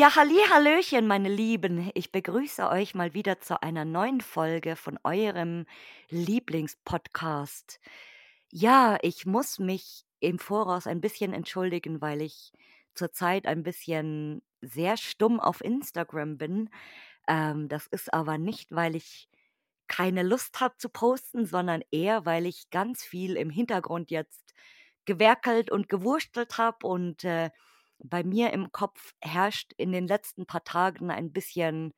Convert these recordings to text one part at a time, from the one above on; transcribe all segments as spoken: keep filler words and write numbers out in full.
Ja, halli, hallöchen, meine Lieben. Ich begrüße euch mal wieder zu einer neuen Folge von eurem Lieblingspodcast. Ja, ich muss mich im Voraus ein bisschen entschuldigen, weil ich zurzeit ein bisschen sehr stumm auf Instagram bin. Ähm, das ist aber nicht, weil ich keine Lust habe zu posten, sondern eher, weil ich ganz viel im Hintergrund jetzt gewerkelt und gewurstelt habe und, äh, bei mir im Kopf herrscht in den letzten paar Tagen ein bisschen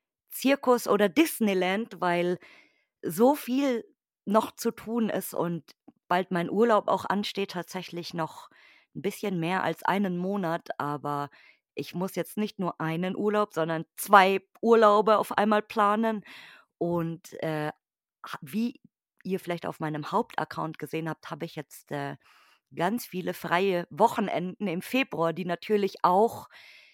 Zirkus oder Disneyland, weil so viel noch zu tun ist und bald mein Urlaub auch ansteht, tatsächlich noch ein bisschen mehr als einen Monat, aber ich muss jetzt nicht nur einen Urlaub, sondern zwei Urlaube auf einmal planen und, äh, ha wie ihr vielleicht auf meinem Hauptaccount gesehen habt, habe ich jetzt, äh, ganz viele freie Wochenenden im Februar, die natürlich auch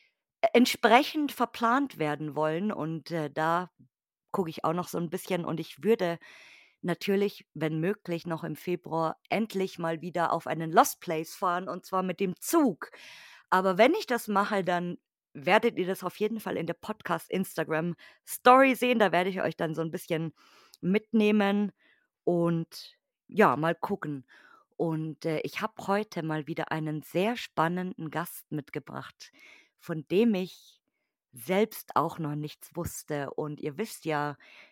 e entsprechend verplant werden wollen und, äh, da gucke ich auch noch so ein bisschen und ich würde natürlich, wenn möglich, noch im Februar endlich mal wieder auf einen Lost Place fahren und zwar mit dem Zug. Aber wenn ich das mache, dann werdet ihr das auf jeden Fall in der Podcast-Instagram-Story sehen. Da werde ich euch dann so ein bisschen mitnehmen und ja, mal gucken. Und, äh, ich habe heute mal wieder einen sehr spannenden Gast mitgebracht, von dem ich selbst auch noch nichts wusste. Und ihr wisst ja,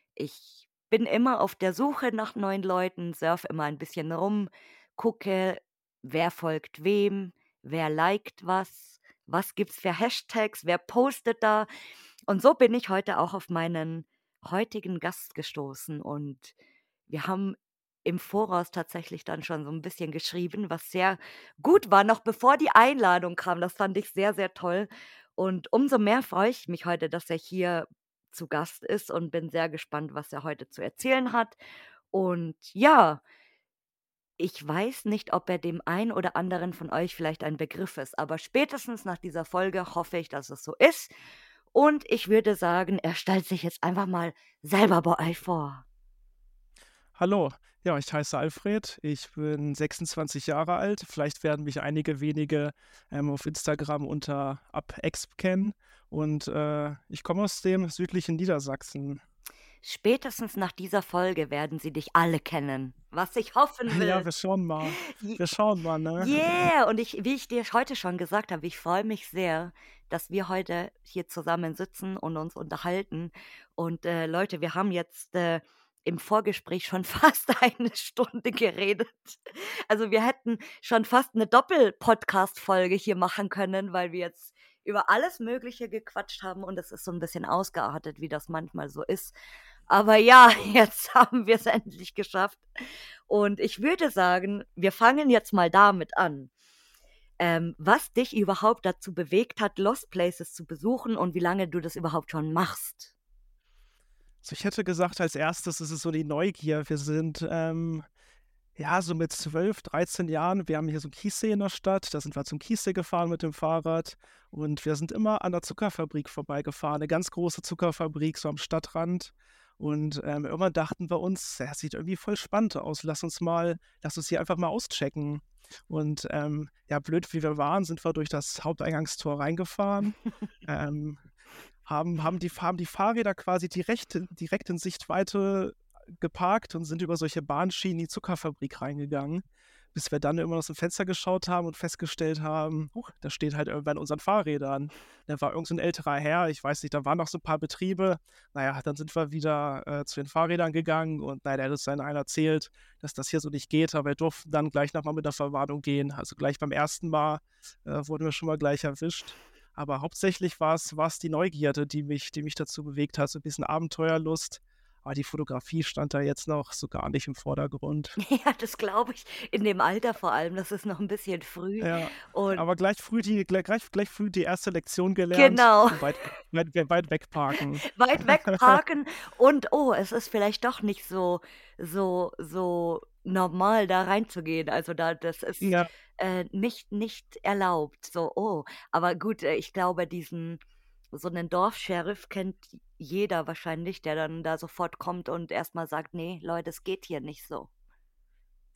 ich bin immer auf der Suche nach neuen Leuten, surfe immer ein bisschen rum, gucke, wer folgt wem, wer liked was, was gibt's für Hashtags, wer postet da. Und so bin ich heute auch auf meinen heutigen Gast gestoßen und wir haben im Voraus tatsächlich dann schon so 'n bisschen geschrieben, was sehr gut war, noch bevor die Einladung kam. Das fand ich sehr, sehr toll. Und umso mehr freue ich mich heute, dass er hier zu Gast ist und bin sehr gespannt, was er heute zu erzählen hat. Und ja, ich weiß nicht, ob er dem einen oder anderen von euch vielleicht ein Begriff ist, aber spätestens nach dieser Folge hoffe ich, dass es so ist. Und ich würde sagen, er stellt sich jetzt einfach mal selber bei euch vor. Hallo, ja, ich heiße Alfred, ich bin sechsundzwanzig Jahre alt. Vielleicht werden mich einige wenige ähm, auf Instagram unter abexp kennen und äh, ich komme aus dem südlichen Niedersachsen. Spätestens nach dieser Folge werden sie dich alle kennen, was ich hoffen Ja, will. wir schauen mal. J Wir schauen mal, ne? Yeah, und ich wie ich dir heute schon gesagt habe, ich freue mich sehr, dass wir heute hier zusammen sitzen und uns unterhalten. Und, äh, Leute, wir haben jetzt, äh, im Vorgespräch schon fast eine Stunde geredet. Also, wir hätten schon fast eine Doppel-Podcast-Folge hier machen können, weil wir jetzt über alles Mögliche gequatscht haben und es ist so ein bisschen ausgeartet, wie das manchmal so ist. Aber ja, jetzt haben wir es endlich geschafft. Und ich würde sagen, wir fangen jetzt mal damit an. Ähm, was dich überhaupt dazu bewegt hat, Lost Places zu besuchen und wie lange du das überhaupt schon machst? Also ich hätte gesagt, als erstes ist es so die Neugier. Wir sind ähm, ja so mit zwölf, dreizehn Jahren, wir haben hier so 'n Kiessee in der Stadt, da sind wir zum Kiessee gefahren mit dem Fahrrad und wir sind immer an der Zuckerfabrik vorbeigefahren, 'ne ganz große Zuckerfabrik so am Stadtrand. Und, ähm, irgendwann dachten wir uns: „Ja, sieht irgendwie voll spannend aus. Lass uns mal lass uns hier einfach mal auschecken." Und, ähm, ja, blöd wie wir waren, sind wir durch das Haupteingangstor reingefahren, ähm, haben haben die haben die Fahrräder quasi direkt direkt in Sichtweite geparkt und sind über solche Bahnschienen in die Zuckerfabrik reingegangen, bis wir dann immer aus dem Fenster geschaut haben und festgestellt haben: „Huch, das steht halt irgendwer an unseren Fahrrädern." Da war irgend so 'n älterer Herr, ich weiß nicht, da waren noch so 'n paar Betriebe. Na ja, dann sind wir wieder, äh, zu den Fahrrädern gegangen und na ja, der hat uns dann einer erzählt, dass das hier so nicht geht, aber wir durften dann gleich noch mal mit der Verwarnung gehen. Also, gleich beim ersten Mal, äh, wurden wir schon mal gleich erwischt. Aber hauptsächlich war's war's die Neugierde, die mich die mich dazu bewegt hat, so 'n bisschen Abenteuerlust. Aber die Fotografie stand da jetzt noch so gar nicht im Vordergrund. Ja, das glaube ich. In dem Alter vor allem, das ist noch ein bisschen früh Ja, und aber gleich früh die gle gleich gleich früh die erste Lektion gelernt, genau. weit weit weit wegparken. Weit weg parken und, oh, es ist vielleicht doch nicht so so so normal, da reinzugehen. Also, da das ist, Ja, äh, nicht nicht erlaubt. So, oh, aber gut, äh, ich glaube, diesen so 'nen Dorfscheriff kennt jeder wahrscheinlich, der dann da sofort kommt und erst mal sagt: „Ne, Leute, es geht hier nicht so.“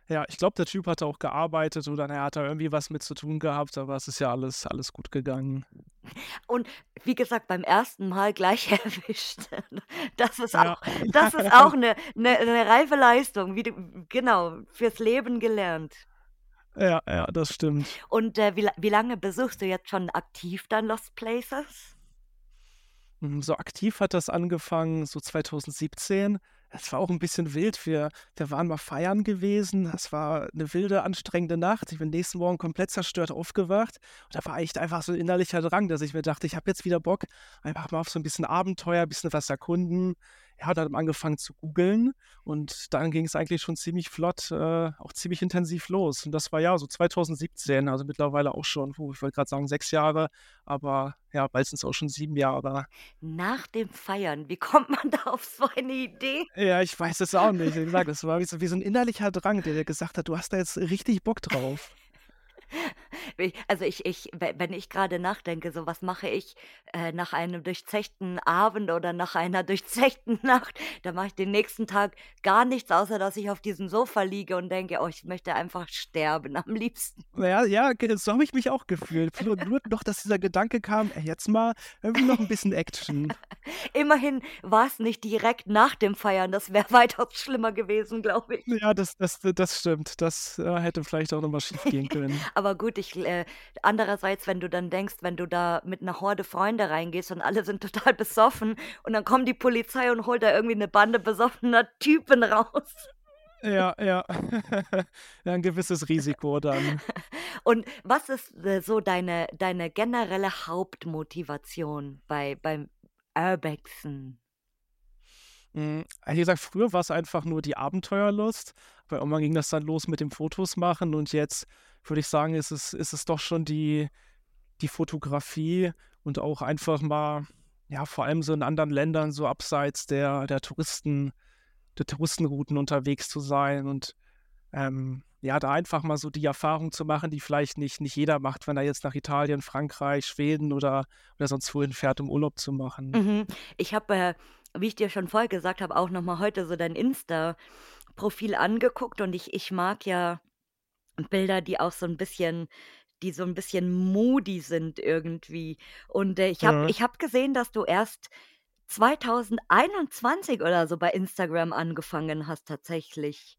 Ja, ich glaube, der Typ hatte auch gearbeitet oder na ja, hat da irgendwie was mit zu tun gehabt, aber es ist ja alles alles gut gegangen. Und wie gesagt, beim ersten Mal gleich erwischt. Das ist Ja. auch das ist auch 'ne 'ne 'ne reife Leistung, wie du genau, fürs Leben gelernt. Ja, ja, das stimmt. Und, äh, wie la wie lange besuchst du jetzt schon aktiv dann Lost Places? Hm, so aktiv hat das angefangen so zweitausendsiebzehn. Es war auch 'n bisschen wild. Wir wir waren mal feiern gewesen. Es war 'ne wilde, anstrengende Nacht. Ich bin nächsten Morgen komplett zerstört aufgewacht. Und da war echt einfach so 'n innerlicher Drang, dass ich mir dachte: „Ich habe jetzt wieder Bock einfach mal auf so 'n bisschen Abenteuer, bisschen was erkunden.“ Ja, dann angefangen zu googeln und dann ging's eigentlich schon ziemlich flott, äh, auch ziemlich intensiv los. Und das war, ja, so zweitausendsiebzehn, also mittlerweile auch schon, puh, ich wollte grad sagen sechs Jahre, aber ja, bald sind's auch schon sieben Jahre. Nach dem Feiern, wie kommt man da auf so eine Idee? Ja, ich weiß es auch nicht. Wie gesagt, das war wie so wie so 'n innerlicher Drang, der dir gesagt hat: „Du hast da jetzt richtig Bock drauf.“ Wie also ich ich we wenn ich grade nachdenke, so was mache ich, äh, nach einem durchzechten Abend oder nach einer durchzechten Nacht, dann mache ich den nächsten Tag gar nichts, außer dass ich auf diesem Sofa liege und denke: „Oh, ich möchte einfach sterben am liebsten.“ Ja, ja, ge so habe ich mich auch gefühlt. Nur nur noch, dass dieser Gedanke kam: „Ey, jetzt mal irgendwie noch 'n bisschen Action.“ Immerhin war's nicht direkt nach dem Feiern, das wäre weitaus schlimmer gewesen, glaube ich. Ja, das das das stimmt. Das, äh, hätte vielleicht auch noch mal schiefgehen können. Aber gut, ich äh, andererseits, wenn du dann denkst, wenn du da mit 'ner Horde Freunde reingehst und alle sind total besoffen und dann kommt die Polizei und holt da irgendwie 'ne Bande besoffener Typen raus. Ja, ja. Ja, 'n gewisses Risiko dann. Und was ist, äh, so deine deine generelle Hauptmotivation bei beim Urbexen? Hm, wie gesagt, früher war's einfach nur die Abenteuerlust, aber irgendwann ging das dann los mit dem Fotos machen und jetzt würde ich sagen, ist es ist es doch schon die die Fotografie und auch einfach mal, ja, vor allem so in anderen Ländern so abseits der der Touristen der Touristenrouten unterwegs zu sein und, ähm, ja, da einfach mal so die Erfahrung zu machen, die vielleicht nicht nicht jeder macht, wenn er jetzt nach Italien, Frankreich, Schweden oder oder sonst wohin fährt, um Urlaub zu machen. Mhm. Ich habe, äh, wie ich dir schon vorher gesagt habe, auch noch mal heute so dein Insta-Profil angeguckt und ich ich mag ja Bilder, die auch so 'n bisschen die so 'n bisschen moody sind irgendwie. Und, äh, ich habe Mhm. ich habe gesehen, dass du erst zweitausendeinundzwanzig oder so bei Instagram angefangen hast tatsächlich.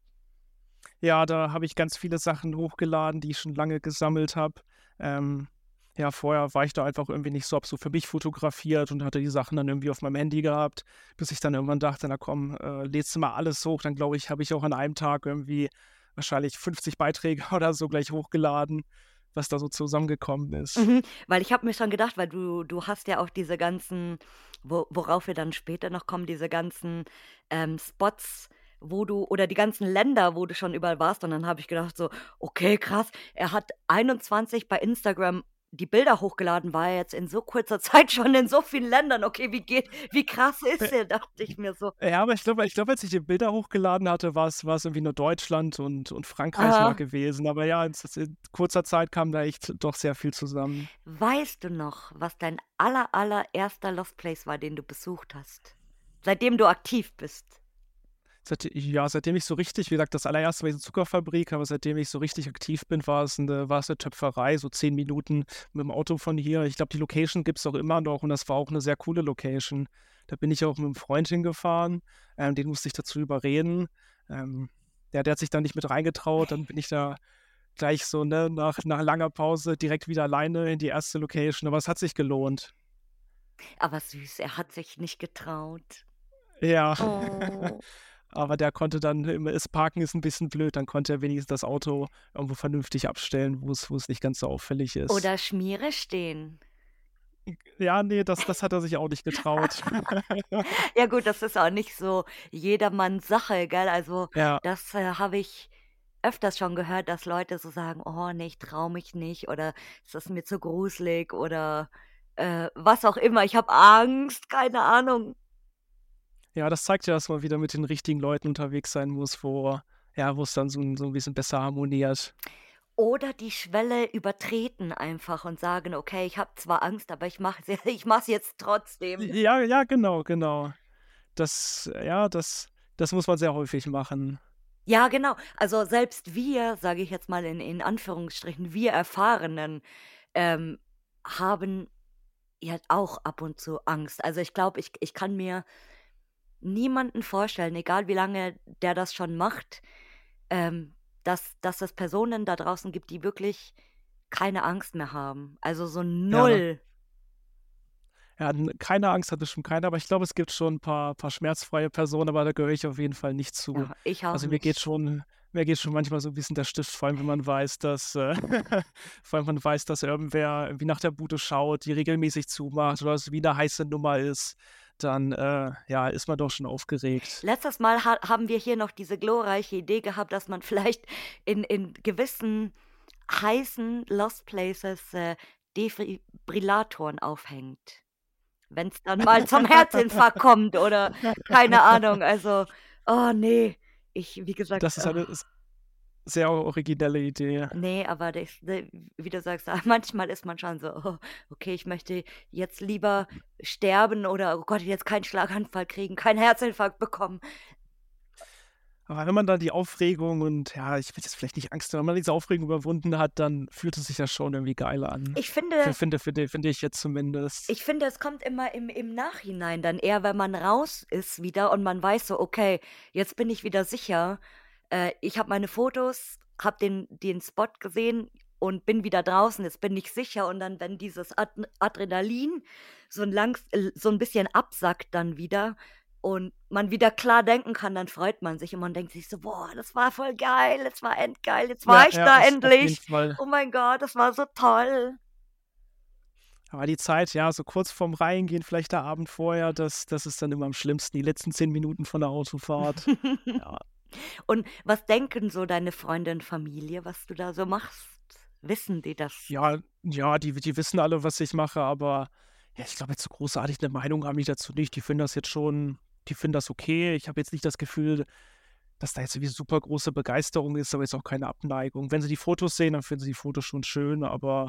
Ja, da habe ich ganz viele Sachen hochgeladen, die ich schon lange gesammelt habe. Ähm, ja, vorher war ich da einfach irgendwie nicht so habe so für mich fotografiert und hatte die Sachen dann irgendwie auf meinem Handy gehabt, bis ich dann irgendwann dachte: „Na komm, äh, lädst du mal alles hoch.“ Dann glaube ich, habe ich auch an einem Tag irgendwie wahrscheinlich fünfzig Beiträge oder so gleich hochgeladen, was da so zusammengekommen ist. Mhm, weil ich habe mir schon gedacht, weil du du hast ja auch diese ganzen wo worauf wir dann später noch kommen, diese ganzen, ähm, Spots, wo du oder die ganzen Länder, wo du schon überall warst. Und dann habe ich gedacht so: „Okay, krass, er hat einundzwanzig bei Instagram die Bilder hochgeladen. War er jetzt in so kurzer Zeit schon in so vielen Ländern? Okay, wie geht wie krass ist Äh er?“ Dachte ich mir so. Ja, aber ich glaube ich glaube, als ich die Bilder hochgeladen hatte, war's war's irgendwie nur Deutschland und und Frankreich mal Aha. gewesen. Aber ja, in z in kurzer Zeit kam da echt doch sehr viel zusammen. Weißt du noch, was dein aller allererster Lost Place war, den du besucht hast, seitdem du aktiv bist? Seit ja, seitdem ich so richtig wie gesagt, das allererste war diese Zuckerfabrik, aber seitdem ich so richtig aktiv bin, war es 'ne war es 'ne Töpferei, so zehn Minuten mit'm Auto von hier. Ich glaube, die Location gibt's auch immer noch und das war auch 'ne sehr coole Location. Da bin ich auch mit'm Freund hingefahren, ähm, den musste ich dazu überreden. Ähm, ja, der hat sich da nicht mit reingetraut, dann bin ich da gleich so, ne, nach nach langer Pause direkt wieder alleine in die erste Location, aber es hat sich gelohnt. Aber süß, er hat sich nicht getraut. Ja, Oh. aber der konnte dann immer ist Parken ist 'n bisschen blöd, dann konnte er wenigstens das Auto irgendwo vernünftig abstellen, wo's wo's nicht ganz so auffällig ist. Oder Schmiere stehen. Ja, ne, das das hat er sich auch nicht getraut. Ja gut, das ist auch nicht so jedermanns Sache, gell? Also, Ja. das, äh, habe ich öfters schon gehört, dass Leute so sagen: „Oh ne, ich traue mich nicht“ oder „Es ist mir zu gruselig“ oder, äh, was auch immer. „Ich habe Angst“, keine Ahnung. Ja, das zeigt ja, dass man wieder mit den richtigen Leuten unterwegs sein muss, wo ja, wo's dann so 'n so 'n bisschen besser harmoniert. Oder die Schwelle übertreten einfach und sagen: „Okay, ich habe zwar Angst, aber ich mache es ich mache es jetzt trotzdem.“ Ja, ja, genau, genau. Das ja, das das muss man sehr häufig machen. Ja, genau. Also selbst wir, sage ich jetzt mal in in Anführungsstrichen, wir Erfahrenen, ähm, haben ja auch ab und zu Angst. Also ich glaube, ich ich kann mir niemanden vorstellen, egal wie lange der das schon macht, ähm, dass dass es Personen da draußen gibt, die wirklich keine Angst mehr haben. Also so Ja. null. Ja, n keine Angst hatte schon keiner, aber ich glaube, es gibt schon 'n paar paar schmerzfreie Personen, aber da gehöre ich auf jeden Fall nicht zu. Ja, ich auch Also, mir geht nicht. schon mir geht schon manchmal so 'n bisschen der Stift, vor allem, wenn man weiß, dass, äh vor allem, man weiß, dass irgendwer irgendwie nach der Bude schaut, die regelmäßig zumacht oder es wie 'ne heiße Nummer ist, dann, äh, ja, ist man doch schon aufgeregt. Letztes Mal ha haben wir hier noch diese glorreiche Idee gehabt, dass man vielleicht in in gewissen heißen Lost Places, äh, Defibrillatoren aufhängt. Wenn's dann mal zum Herzinfarkt kommt oder keine Ahnung. Also, oh ne, ich wie gesagt, Das ist eine ach, s sehr originelle Idee. ne, aber das ne, wie du sagst, manchmal ist man schon so: „Oh, okay, ich möchte jetzt lieber sterben oder, oh Gott, jetzt keinen Schlaganfall kriegen, keinen Herzinfarkt bekommen." Aber wenn man dann die Aufregung und ja, ich will jetzt vielleicht nicht Angst haben, wenn man diese Aufregung überwunden hat, dann fühlt es sich ja schon irgendwie geil an. Ich Fi finde finde finde finde ich jetzt zumindest. Ich finde, es kommt immer im im Nachhinein dann eher, wenn man raus ist wieder und man weiß so: „Okay, jetzt bin ich wieder sicher. Äh, ich habe meine Fotos, habe den den Spot gesehen und bin wieder draußen. Jetzt bin ich sicher." Und dann, wenn dieses Adn Adrenalin so 'n langs äh, so 'n bisschen absackt dann wieder und man wieder klar denken kann, dann freut man sich und man denkt sich so: „Boah, das war voll geil, das war endgeil, jetzt war Ja, ich ja, da auf auf jeden endlich. Fall. Oh mein Gott, das war so toll." Aber die Zeit, ja, so kurz vorm Reingehen, vielleicht der Abend vorher, das das ist dann immer am schlimmsten, die letzten zehn Minuten von der Autofahrt. Ja. Und was denken so deine Freunde und Familie, was du da so machst? Wissen die das? Ja, ja, die die wissen alle, was ich mache, aber ja, ich glaube, jetzt so großartig 'ne Meinung haben die dazu nicht. Die finden das jetzt schon die finden das okay. Ich habe jetzt nicht das Gefühl, dass da jetzt irgendwie super große Begeisterung ist, aber jetzt auch keine Abneigung. Wenn sie die Fotos sehen, dann finden sie die Fotos schon schön, aber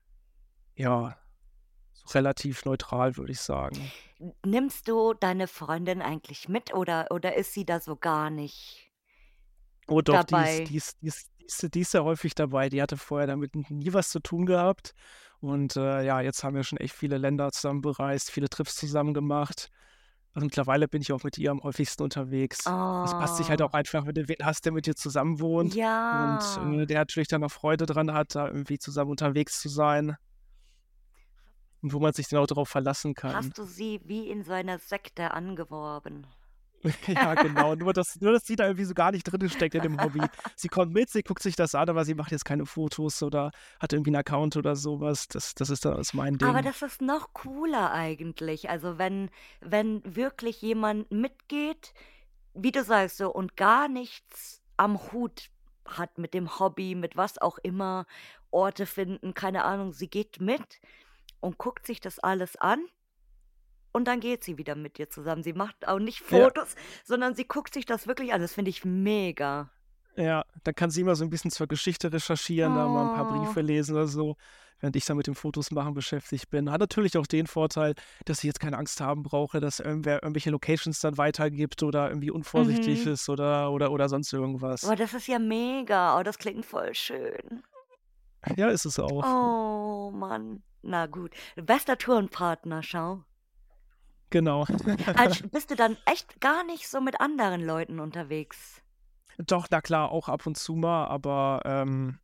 ja, so relativ neutral, würde ich sagen. N nimmst du deine Freundin eigentlich mit oder oder ist sie da so gar nicht Oh doch, die ist dabei? die ist die ist die ist die ist sehr häufig dabei. Die hatte vorher damit n nie was zu tun gehabt und, äh, ja, jetzt haben wir schon echt viele Länder zusammen bereist, viele Trips zusammen gemacht. Also, mittlerweile bin ich auch mit ihr am häufigsten unterwegs. Es passt sich halt auch Oh, einfach, wenn du wen hast, der mit dir zusammen wohnt und, ja. äh, der natürlich dann auch Freude dran hat, da irgendwie zusammen unterwegs zu sein und wo man sich dann auch drauf verlassen kann. Hast du sie wie in so einer Sekte angeworben? Ja, genau. Nur, dass nur, dass sie da irgendwie so gar nicht drin steckt in dem Hobby. Sie kommt mit, sie guckt sich das an, aber sie macht jetzt keine Fotos oder hat irgendwie 'n Account oder so was. Das das ist dann alles mein Aber Ding. das ist noch cooler eigentlich. Also, wenn wenn wirklich jemand mitgeht, wie du sagst, so und gar nichts am Hut hat mit dem Hobby, mit was auch immer, Orte finden, keine Ahnung. Sie geht mit und guckt sich das alles an und dann geht sie wieder mit dir zusammen. Sie macht auch nicht Ja, Fotos, sondern sie guckt sich das wirklich an. Das finde ich mega. ja, dann kann sie immer so 'n bisschen zur Geschichte recherchieren, da mal 'n paar Oh. Briefe lesen oder so, während ich dann mit dem Fotos machen beschäftigt bin. Hat natürlich auch den Vorteil, dass ich jetzt keine Angst haben brauche, dass irgendwer irgendwelche Locations dann weitergibt oder irgendwie unvorsichtig Mhm. ist oder oder oder sonst Aber irgendwas. das ist ja mega. Oh, das klingt voll schön. Ja, ist es auch. Oh, Mann. Na gut. Bester Tourenpartner, schau. Genau. Also, bist du dann echt gar nicht so mit anderen Leuten unterwegs? Doch, na klar, auch ab und zu mal, aber, ähm,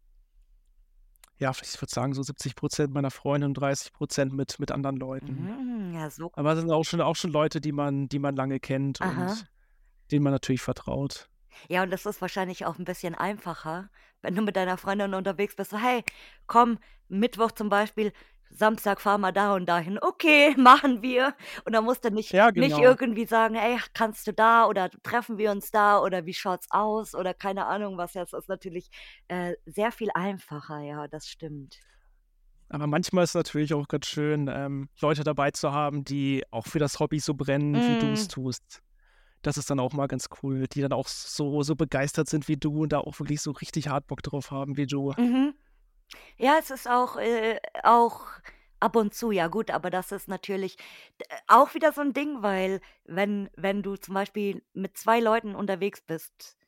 ja, ich würde sagen, so siebzig meiner Freunde und dreißig mit mit anderen Leuten. Mhm, ja, so Aber das sind auch schon auch schon Leute, die man die man lange kennt und aha. denen man natürlich vertraut. Ja, und das ist wahrscheinlich auch 'n bisschen einfacher, wenn du mit deiner Freundin unterwegs bist, so: „Hey, komm, Mittwoch zum Beispiel, Samstag fahren wir da und dahin." „Okay, machen wir." Und dann musst du nicht Ja, nicht genau. irgendwie sagen: „Ey, kannst du da oder treffen wir uns da oder wie schaut's aus?" oder keine Ahnung was. Das ist natürlich, äh, sehr viel einfacher, ja, das stimmt. Aber manchmal ist es natürlich auch ganz schön, ähm, Leute dabei zu haben, die auch für das Hobby so brennen, wie du's Mhm, tust. Das ist dann auch mal ganz cool, die dann auch so so begeistert sind wie du und da auch wirklich so richtig hart Bock drauf haben wie du. mhm. Ja, es ist auch äh, auch ab und zu, ja gut, aber das ist natürlich d auch wieder so 'n Ding, weil wenn wenn du zum Beispiel mit zwei Leuten unterwegs bist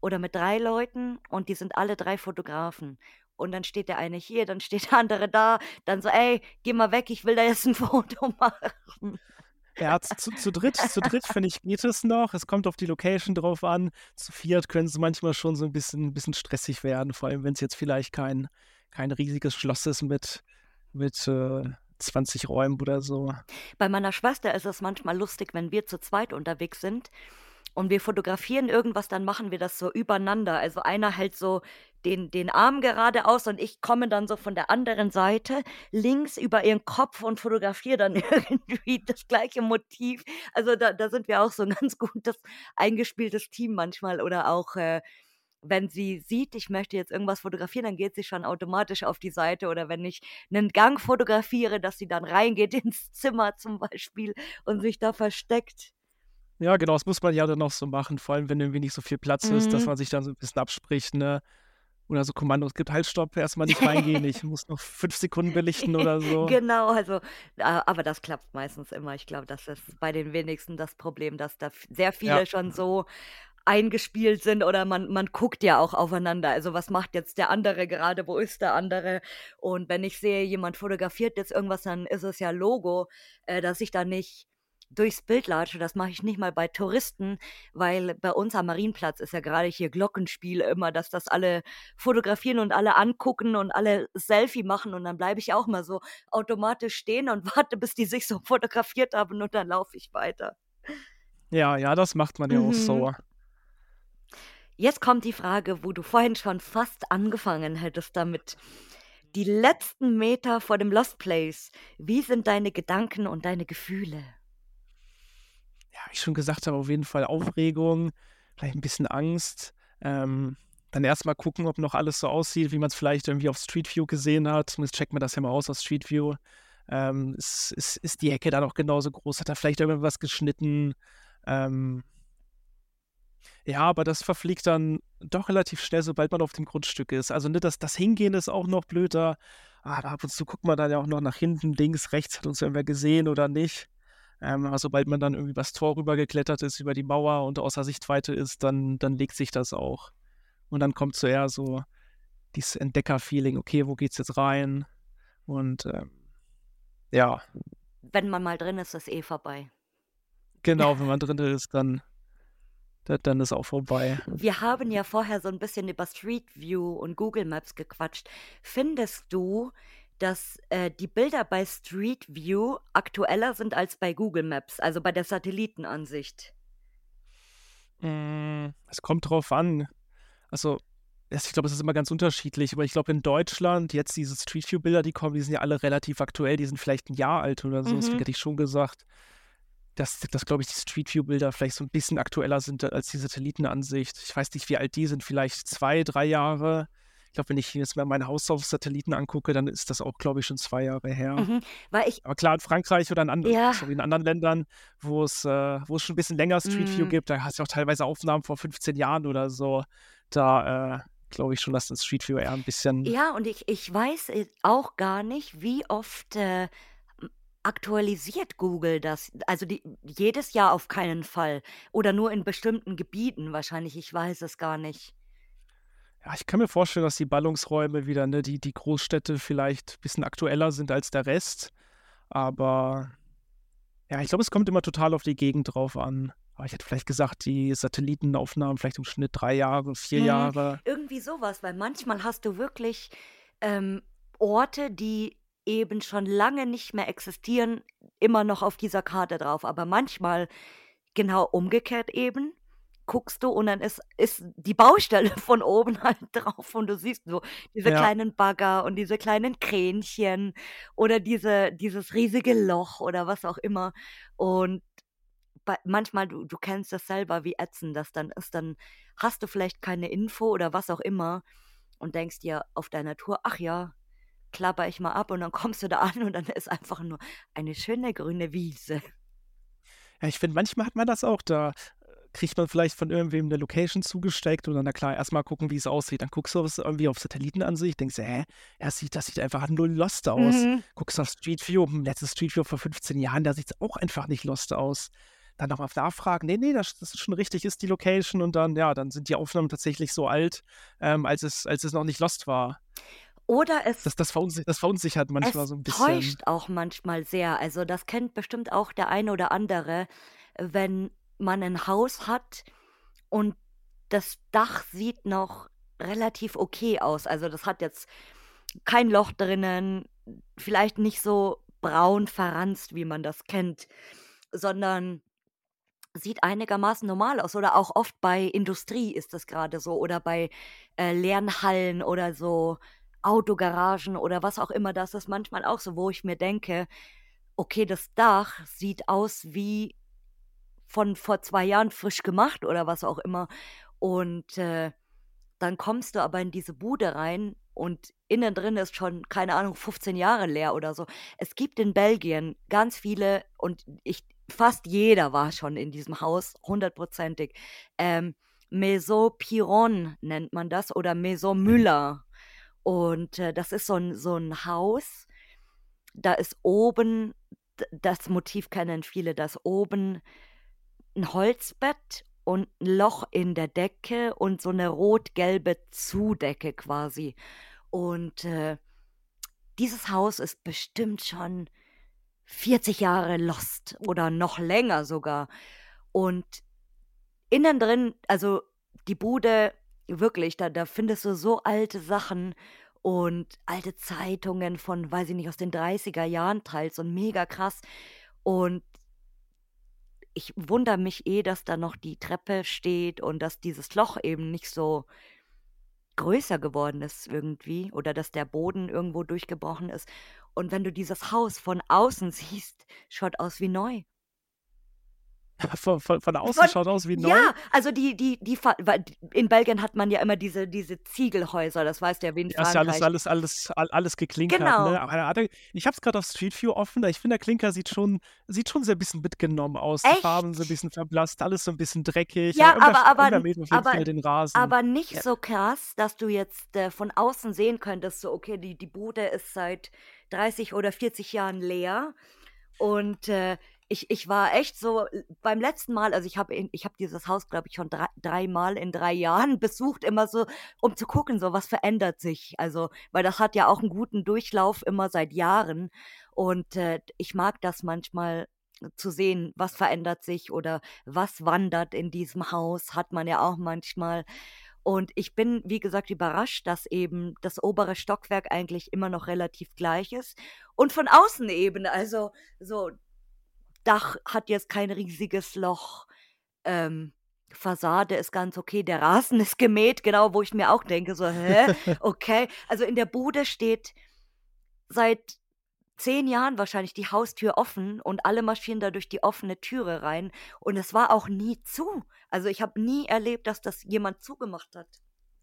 oder mit drei Leuten und die sind alle drei Fotografen. Und dann steht der eine hier, dann steht der andere da, dann so: „Ey, geh mal weg, ich will da jetzt 'n Foto machen.“ Ja, z zu zu dritt zu dritt, finde ich, geht es noch. Es kommt auf die Location drauf an. Zu viert können's manchmal schon so 'n bisschen bisschen stressig werden, vor allem wenn's jetzt vielleicht kein kein riesiges Schloss ist mit mit, äh, zwanzig Räumen oder so. Bei meiner Schwester ist es manchmal lustig, wenn wir zu zweit unterwegs sind und wir fotografieren irgendwas, dann machen wir das so übereinander. Also, einer hält so den den Arm geradeaus und ich komme dann so von der anderen Seite links über ihren Kopf und fotografiere dann irgendwie das gleiche Motiv. Also, da da sind wir auch so 'n ganz gutes eingespieltes Team manchmal oder auch, äh, wenn sie sieht, ich möchte jetzt irgendwas fotografieren, dann geht sie schon automatisch auf die Seite oder wenn ich 'nen Gang fotografiere, dass sie dann reingeht ins Zimmer zum Beispiel und sich da versteckt. Ja, genau, das muss man ja dann auch so machen, vor allem, wenn irgendwie nicht so viel Platz ist, dass Mhm. man sich dann so 'n bisschen abspricht, ne? Oder so Kommandos gibt: „Halt, stopp, erst mal nicht reingehen, ich muss noch fünf Sekunden belichten“ oder so. Genau, also, a aber das klappt meistens immer. Ich glaube, das ist bei den wenigsten das Problem, dass da v sehr Ja. viele schon so eingespielt sind oder man man guckt ja auch aufeinander. Also, was macht jetzt der andere gerade? Wo ist der andere? Und wenn ich sehe, jemand fotografiert jetzt irgendwas, dann ist es ja Logo, äh, dass ich da nicht durchs Bild latsche. Das mache ich nicht mal bei Touristen, weil bei uns am Marienplatz ist ja grade hier Glockenspiel immer, dass das alle fotografieren und alle angucken und alle Selfie machen und dann bleibe ich auch mal so automatisch stehen und warte, bis die sich so fotografiert haben und dann laufe ich weiter. Ja, ja, das macht man ja auch Mhm. so. Jetzt kommt die Frage, wo du vorhin schon fast angefangen hättest damit. Die letzten Meter vor dem Lost Place. Wie sind deine Gedanken und deine Gefühle? Ja, wie ich schon gesagt habe, auf jeden Fall Aufregung, vielleicht 'n bisschen Angst. Ähm, dann erst mal gucken, ob noch alles so aussieht, wie man's vielleicht irgendwie auf Street View gesehen hat. Zumindest checkt man das ja mal aus auf Street View. Ähm, ist ist ist die Ecke da noch genauso groß? Hat da vielleicht irgendwer was geschnitten? Ähm ja, aber das verfliegt dann doch relativ schnell, sobald man auf dem Grundstück ist. Also, ne, das das Hingehen ist auch noch blöd, da ah, ab und zu guckt man dann ja auch noch nach hinten, links, rechts, hat uns irgendwer gesehen oder nicht? Ähm, aber sobald man dann irgendwie übers Tor rübergeklettert ist, über die Mauer und außer Sichtweite ist, dann dann legt sich das auch. Und dann kommt so eher so dieses Entdecker-Feeling: „Okay, wo geht's jetzt rein?“ Und, ähm, ja. Wenn man mal drin ist, ist eh vorbei. Genau, wenn man drinne ist, dann da dann ist auch vorbei. Wir haben ja vorher so 'n bisschen über Street View und Google Maps gequatscht. Findest du, dass, äh, die Bilder bei Street View aktueller sind als bei Google Maps, also, bei der Satellitenansicht? Hm, es kommt drauf an. Also, es ich glaube, es ist immer ganz unterschiedlich, aber ich glaube, in Deutschland jetzt diese Street View Bilder, die kommen, die sind ja alle relativ aktuell, die sind vielleicht 'n Jahr alt oder so. Deswegen Mhm. hätte ich schon gesagt, dass dass, glaube ich, die Street View Bilder vielleicht so 'n bisschen aktueller sind als die Satellitenansicht. Ich weiß nicht, wie alt die sind, vielleicht zwei, drei Jahre. Ich glaube, wenn ich jetzt mir mein Haus auf Satelliten angucke, dann ist das auch, glaube ich, schon zwei Jahre her. Mhm, weil ich Aber klar, in Frankreich oder in and Ja. sorry, in anderen Ländern, wo es äh, wo es schon 'n bisschen länger Street View Mhm. gibt, da hast du auch teilweise Aufnahmen vor fünfzehn Jahren oder so. Da, äh, glaube ich schon, dass das Street View eher 'n bisschen Ja, und ich ich weiß, äh, auch gar nicht, wie oft, äh, hm, aktualisiert Google das. Also, die jedes Jahr auf keinen Fall oder nur in bestimmten Gebieten wahrscheinlich, ich weiß es gar nicht. Ja, ich kann mir vorstellen, dass die Ballungsräume wieder, ne, die die Großstädte vielleicht bisschen aktueller sind als der Rest. Aber ja, ich glaube, es kommt immer total auf die Gegend drauf an. Aber ich hätte vielleicht gesagt, die Satellitenaufnahmen vielleicht im Schnitt drei Jahre, vier Mhm, Jahre. irgendwie so was, weil manchmal hast du wirklich, ähm, Orte, die eben schon lange nicht mehr existieren, immer noch auf dieser Karte drauf. Aber manchmal genau umgekehrt eben, guckst du und dann ist ist die Baustelle von oben halt drauf und du siehst so diese Ja. kleinen Bagger und diese kleinen Kränchen oder diese dieses riesige Loch oder was auch immer. Und bei manchmal du du kennst das selber, wie ätzend das dann ist. Dann hast du vielleicht keine Info oder was auch immer und denkst dir auf deiner Tour: „Ach ja, klappere ich mal ab“ und dann kommst du da an und dann ist einfach nur eine schöne grüne Wiese. Ja, ich finde, manchmal hat man das auch. Da, äh, kriegt man vielleicht von irgendwem 'ne Location zugesteckt und dann, na klar, erst mal gucken, wie's aussieht. Dann guckst du das irgendwie auf Satellitenansicht, denkst dir: „Hä, das sieht das sieht einfach null lost aus.“ Mhm. Guckst auf Street View, hm, letztes Street View vor fünfzehn Jahren, da sieht's auch einfach nicht lost aus. dann noch mal nachfragen: „Ne, ne, das das ist schon richtig, ist die Location." Und dann ja, dann sind die Aufnahmen tatsächlich so alt, ähm, als es als es noch nicht Lost war. Oder es Das das verunsi das verunsichert manchmal es so 'n bisschen. täuscht auch manchmal sehr. Also, das kennt bestimmt auch der eine oder andere, wenn man 'n Haus hat und das Dach sieht noch relativ okay aus. Also, das hat jetzt kein Loch drinnen, vielleicht nicht so braun verranzt, wie man das kennt, sondern sieht einigermaßen normal aus. Oder auch oft bei Industrie ist das grade so oder bei, äh, leeren Hallen oder so Autogaragen oder was auch immer. Das ist manchmal auch so, wo ich mir denke: „Okay, das Dach sieht aus wie von vor zwei Jahren frisch gemacht“ oder was auch immer. Und, äh, dann kommst du aber in diese Bude rein und innen drin ist schon, keine Ahnung, fünfzehn Jahre leer oder so. Es gibt in Belgien ganz viele und ich fast jeder war schon in diesem Haus, hundertprozentig. Ähm, Maison Piron nennt man das oder Maison Muller. Und, äh, das ist so 'n so 'n Haus, da ist oben d das Motiv kennen viele, da ist oben 'n Holzbett und 'n Loch in der Decke und so 'ne rot-gelbe Zudecke quasi. Und, äh, dieses Haus ist bestimmt schon vierzig Jahre Lost oder noch länger sogar. Und innen drin also, die Bude wirklich, da da findest du so alte Sachen und alte Zeitungen von, weiß ich nicht, aus den dreißiger Jahren teils und mega krass. Und ich wundere mich eh, dass da noch die Treppe steht und dass dieses Loch eben nicht so größer geworden ist irgendwie oder dass der Boden irgendwo durchgebrochen ist. Und wenn du dieses Haus von außen siehst, schaut aus wie neu. Von von von außen Von schaut aus wie ja, neu? also die die die Fa weil d in Belgien hat man ja immer diese diese Ziegelhäuser, das weißt du ja, wie in Ja, ist ja alles Frankreich. alles alles al alles geklinkert, ne? Genau. Aber da hat er ich habe es grad auf Street View offen, da ich finde, der Klinker sieht schon sieht schon sehr bisschen mitgenommen aus. Die Farben sind Echt? bisschen verblasst, alles so 'n bisschen dreckig, aber Ja, irgendwer aber sch aber irgendwer n mäht auf jeden aber Fall den Rasen. aber nicht Ja. so krass, dass du jetzt, äh, von außen sehen könntest, so: Okay, die die Bude ist seit dreißig oder vierzig Jahren leer. Und, äh, ich ich war echt so l beim letzten Mal also, ich habe in ich habe dieses Haus, glaube ich, schon drei dreimal in drei Jahren besucht, immer so, um zu gucken, so was verändert sich. Also, weil das hat ja auch 'n guten Durchlauf immer seit Jahren. Und, äh, d ich mag das manchmal zu sehen, was verändert sich oder was wandert in diesem Haus, hat man ja auch manchmal. Und ich bin, wie gesagt, überrascht, dass eben das obere Stockwerk eigentlich immer noch relativ gleich ist und von außen eben, also, so Dach hat jetzt kein riesiges Loch, ähm, Fassade ist ganz okay, der Rasen ist gemäht, genau, wo ich mir auch denke so: „Hä, okay." Also, in der Bude steht seit zehn Jahren wahrscheinlich die Haustür offen und alle marschieren da durch die offene Türe rein und es war auch nie zu. Also, ich habe nie erlebt, dass das jemand zugemacht hat.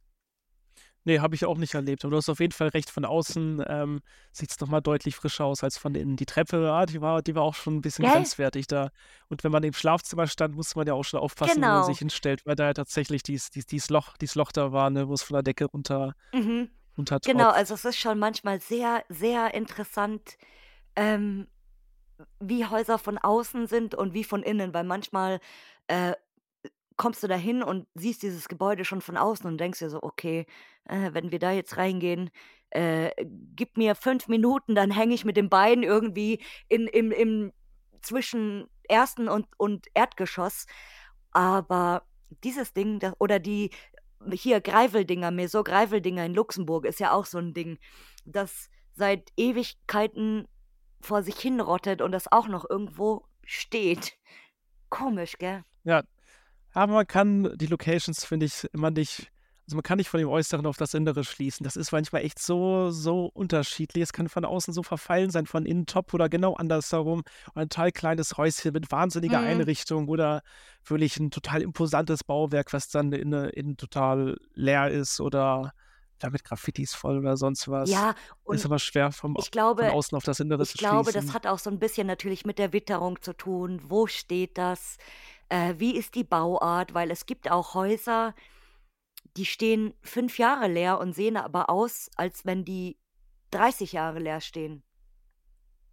Ne, habe ich auch nicht erlebt, aber du hast auf jeden Fall recht, von außen, ähm, sieht's noch mal deutlich frischer aus als von innen. Die Treppe, ja, die war die war auch schon 'n bisschen Gell? grenzwertig da. Und wenn man im Schlafzimmer stand, musste man ja auch schon aufpassen, wo man sich Genau. hinstellt, weil da ja tatsächlich dies dies dies Loch dieses Loch da war, ne, wo's von der Decke runter Mhm. Genau, also, runtertropft. es ist schon manchmal sehr, sehr interessant, ähm, wie Häuser von außen sind und wie von innen, weil manchmal, äh, kommst du da hin und siehst dieses Gebäude schon von außen und denkst dir so: „Okay, äh, wenn wir da jetzt reingehen, äh, gib mir fünf Minuten, dann hänge ich mit den Beinen irgendwie in im im zwischen ersten und und Erdgeschoss." Aber dieses Ding, da oder die hier Greifeldinger, Maison Greifeldinger in Luxemburg ist ja auch so 'n Ding, das seit Ewigkeiten vor sich hin rottet und das auch noch irgendwo steht. Komisch, gell? Ja, aber man kann die Locations, finde ich, immer nicht also, man kann nicht von dem Äußeren auf das Innere schließen. Das ist manchmal echt so so unterschiedlich. Es kann von außen so verfallen sein, von innen top oder genau andersherum. Ein total kleines Häuschen mit wahnsinniger Mhm. Einrichtung oder wirklich 'n total imposantes Bauwerk, was dann inne innen total leer ist oder, ja, mit Graffitis voll oder sonst was. Ja, Ist und immer schwer vom ich von glaube außen auf das Innere ich zu glaube, das schließen. hat auch so 'n bisschen natürlich mit der Witterung zu tun. Wo steht das? Äh, wie ist die Bauart? Weil es gibt auch Häuser, die stehen fünf Jahre leer und sehen aber aus, als wenn die dreißig Jahre leer stehen.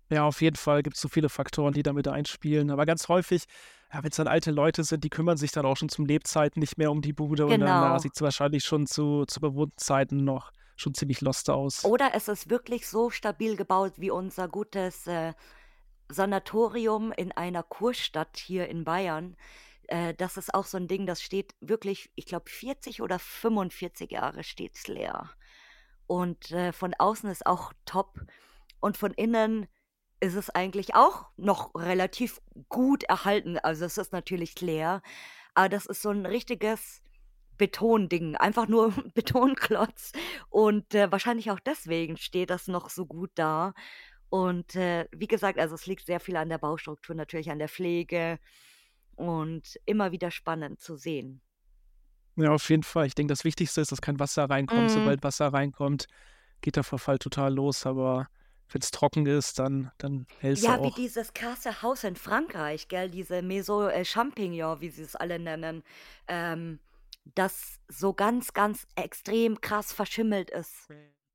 Ja, auf jeden Fall gibt's so viele Faktoren, die da mit einspielen. Aber ganz häufig, ja, wenn's dann alte Leute sind, die kümmern sich dann auch schon zum Lebzeiten nicht mehr um die Bude und dann, äh, Genau. sieht's wahrscheinlich schon zu zu bewohnten Zeiten noch schon ziemlich lost aus. Oder es ist wirklich so stabil gebaut wie unser gutes, äh, Sanatorium in einer Kurstadt hier in Bayern. Äh, das ist auch so 'n Ding, das steht wirklich, ich glaube, vierzig oder fünfundvierzig Jahre steht's leer. Und, äh, von außen ist auch top und von innen ist es eigentlich auch noch relativ gut erhalten. Also, es ist natürlich leer, aber das ist so 'n richtiges Betonding, einfach nur Betonklotz und, äh, wahrscheinlich auch deswegen steht das noch so gut da. Und, äh, wie gesagt, also, es liegt sehr viel an der Baustruktur, natürlich an der Pflege und immer wieder spannend zu sehen. Ja, auf jeden Fall. Ich denke, das Wichtigste ist, dass kein Wasser reinkommt. Mhm. Sobald Wasser reinkommt, geht der Verfall total los, aber wenn's trocken ist, dann dann hält's Ja, wie auch. dieses krasse Haus in Frankreich, gell, diese Maison, äh, Champignon, wie sie's alle nennen, ähm, das so ganz, ganz extrem krass verschimmelt ist.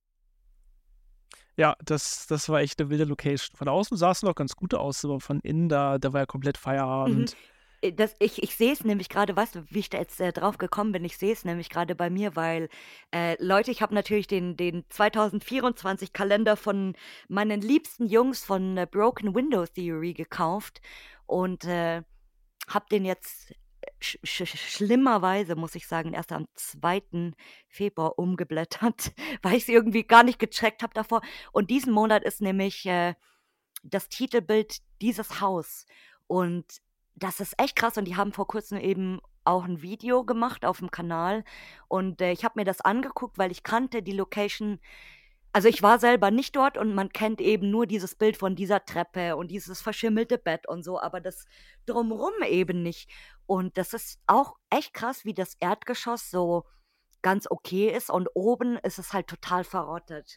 Ja, das das war echt 'ne wilde Location. Von außen sah's noch ganz gut aus, aber von innen, da da war ja komplett Mhm. Feierabend. Äh, das ich ich sehe es nämlich grade, weißt du, wie ich da jetzt, äh, drauf gekommen bin? Ich sehe es nämlich grade bei mir, weil, äh, Leute, ich habe natürlich den den zweitausendvierundzwanzig Kalender von meinen liebsten Jungs von, äh, Broken Window Theory gekauft und, äh, habe den jetzt sch sch sch schlimmerweise, muss ich sagen, erst am zweiten Februar umgeblättert, weil ich's irgendwie gar nicht gecheckt habe davor. Und diesen Monat ist nämlich, äh, das Titelbild dieses Haus. Und das ist echt krass und die haben vor Kurzem eben auch 'n Video gemacht auf'm Kanal und, äh, ich habe mir das angeguckt, weil ich kannte die Location also, ich war selber nicht dort und man kennt eben nur dieses Bild von dieser Treppe und dieses verschimmelte Bett und so, aber das Drumrum eben nicht. Und das ist auch echt krass, wie das Erdgeschoss so ganz okay ist und oben ist es halt total verrottet.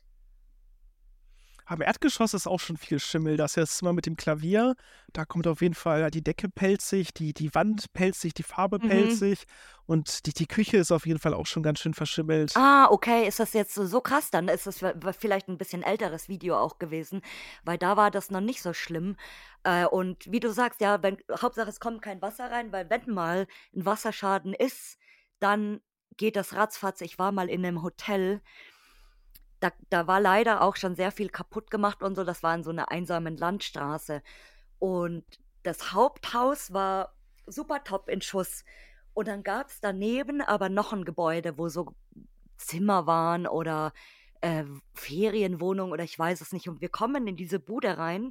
Am Erdgeschoss ist auch schon viel Schimmel. Das erste Mal mit dem Klavier, da kommt auf jeden Fall ja, die Decke pelzig, die die Wand pelzig, die Farbe Mhm. pelzig und die die Küche ist auf jeden Fall auch schon ganz schön verschimmelt. Ah, okay, ist das jetzt so so krass? Dann ist das v v vielleicht 'n bisschen älteres Video auch gewesen, weil da war das noch nicht so schlimm. Äh, und wie du sagst, ja, wenn Hauptsache es kommt kein Wasser rein, weil wenn mal 'n Wasserschaden ist, dann geht das ratzfatz. Ich war mal in 'nem Hotel da da war leider auch schon sehr viel kaputtgemacht und so. Das war in so 'ner einsamen Landstraße. Und das Haupthaus war super top in Schuss. Und dann gab's daneben aber noch 'n Gebäude, wo so Zimmer waren oder, äh, Ferienwohnungen oder ich weiß es nicht. Und wir kommen in diese Bude rein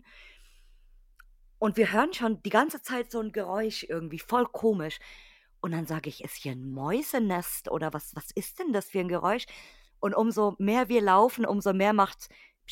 und wir hören schon die ganze Zeit so 'n Geräusch irgendwie, voll komisch. Und dann sage ich: „Ist hier 'n Mäusenest oder was was ist denn das für 'n Geräusch?“ Und umso mehr wir laufen, umso mehr macht's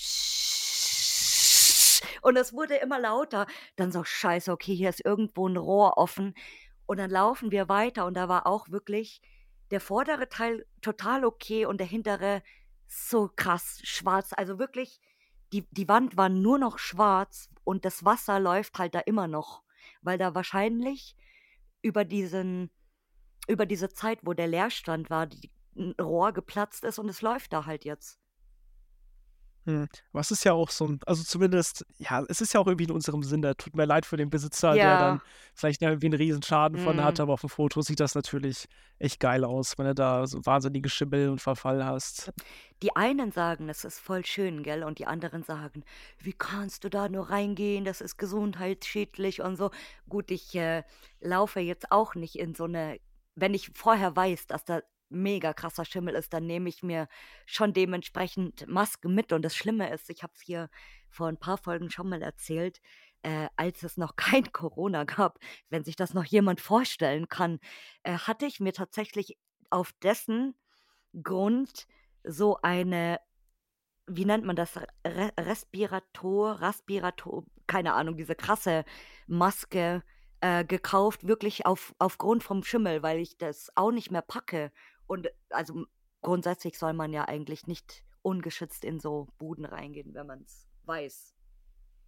und es wurde immer lauter. Dann so: „Scheiße, okay, hier ist irgendwo 'n Rohr offen.“ Und dann laufen wir weiter und da war auch wirklich der vordere Teil total okay und der hintere so krass schwarz. Also, wirklich, die die Wand war nur noch schwarz und das Wasser läuft halt da immer noch, weil da wahrscheinlich über diesen über diese Zeit, wo der Leerstand war, die 'n Rohr geplatzt ist und es läuft da halt jetzt. Mhm. Aber es ist ja auch so 'n also, zumindest ja, es ist ja auch irgendwie in unserem Sinne. Tut mir leid für den Besitzer, der dann Ja. vielleicht da irgendwie 'n Riesenschaden von hat, Mhm. aber auf'm Foto sieht das natürlich echt geil aus, wenn du da so wahnsinniges Schimmel und Verfall hast. Die einen sagen, es ist voll schön, gell, und die anderen sagen: „Wie kannst du da nur reingehen? Das ist gesundheitsschädlich“ und so. Gut, ich, äh, laufe jetzt auch nicht in so 'ne wenn ich vorher weiß, dass da mega krasser Schimmel ist, dann nehme ich mir schon dementsprechend Masken mit. Und das Schlimme ist, ich habe es hier vor 'n paar Folgen schon mal erzählt, äh, als es noch kein Corona gab, wenn sich das noch jemand vorstellen kann, äh, hatte ich mir tatsächlich auf dessen Grund so eine wie nennt man das? Re Respirator Raspirato keine Ahnung, diese krasse Maske, äh, gekauft, wirklich auf aufgrund vom Schimmel, weil ich das auch nicht mehr packe. Und, also, hm, grundsätzlich soll man ja eigentlich nicht ungeschützt in so Buden reingehen, wenn man's weiß.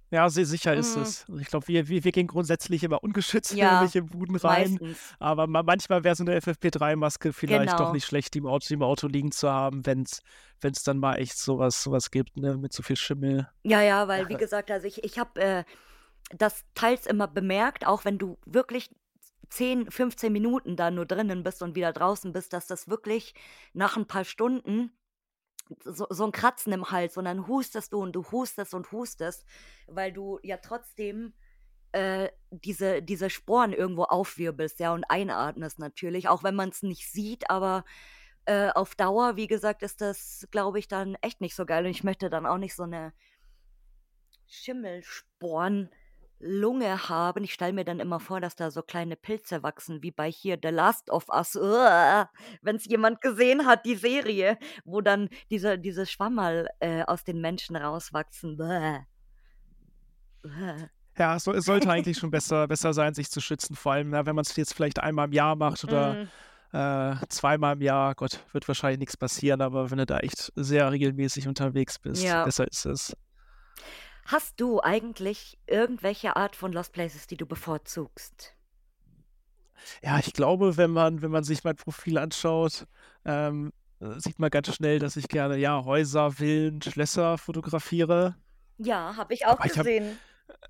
Ja, si sicher ist Hm, es. Also, ich glaube, wir wir wir gehen grundsätzlich immer ungeschützt in ja, irgendwelche Buden rein, meistens. aber ma manchmal wäre so 'ne F F P drei Maske vielleicht doch Genau. nicht schlecht, die im Auto im Auto liegen zu haben, wenn's wenn's dann mal echt so was so was gibt, ne, mit so viel Schimmel. Ja, ja, weil wie Ja. gesagt, also ich ich habe, äh, das teils immer bemerkt, auch wenn du wirklich zehn, fünfzehn Minuten da nur drinnen bist und wieder draußen bist, dass das wirklich nach 'n paar Stunden so so 'n Kratzen im Hals und dann hustest du und du hustest und hustest, weil du ja trotzdem, äh, diese diese Sporen irgendwo aufwirbelst, ja, und einatmest natürlich, auch wenn man's nicht sieht, aber, äh, auf Dauer, wie gesagt, ist das, glaube ich, dann echt nicht so geil und ich möchte dann auch nicht so 'ne Schimmelsporenlunge haben. Ich stelle mir dann immer vor, dass da so kleine Pilze wachsen, wie bei hier „The Last of Us“, wenn's jemand gesehen hat, die Serie, wo dann diese diese Schwammerl, äh, aus den Menschen rauswachsen. Bäh. Bäh. Ja, es soll es sollte eigentlich schon besser besser sein, sich zu schützen, vor allem, ja, wenn man's jetzt vielleicht einmal im Jahr macht oder, Mhm. äh, zweimal im Jahr. Gott, wird wahrscheinlich nix passieren, aber wenn du da echt sehr regelmäßig unterwegs bist, Ja. besser ist es. Hast du eigentlich irgendwelche Art von Lost Places, die du bevorzugst? Ja, ich glaube, wenn man wenn man sich mein Profil anschaut, ähm, äh, sieht man ganz schnell, dass ich gerne, ja, Häuser, Villen, Schlösser fotografiere. Ja, habe ich auch Aber ich habe gesehen.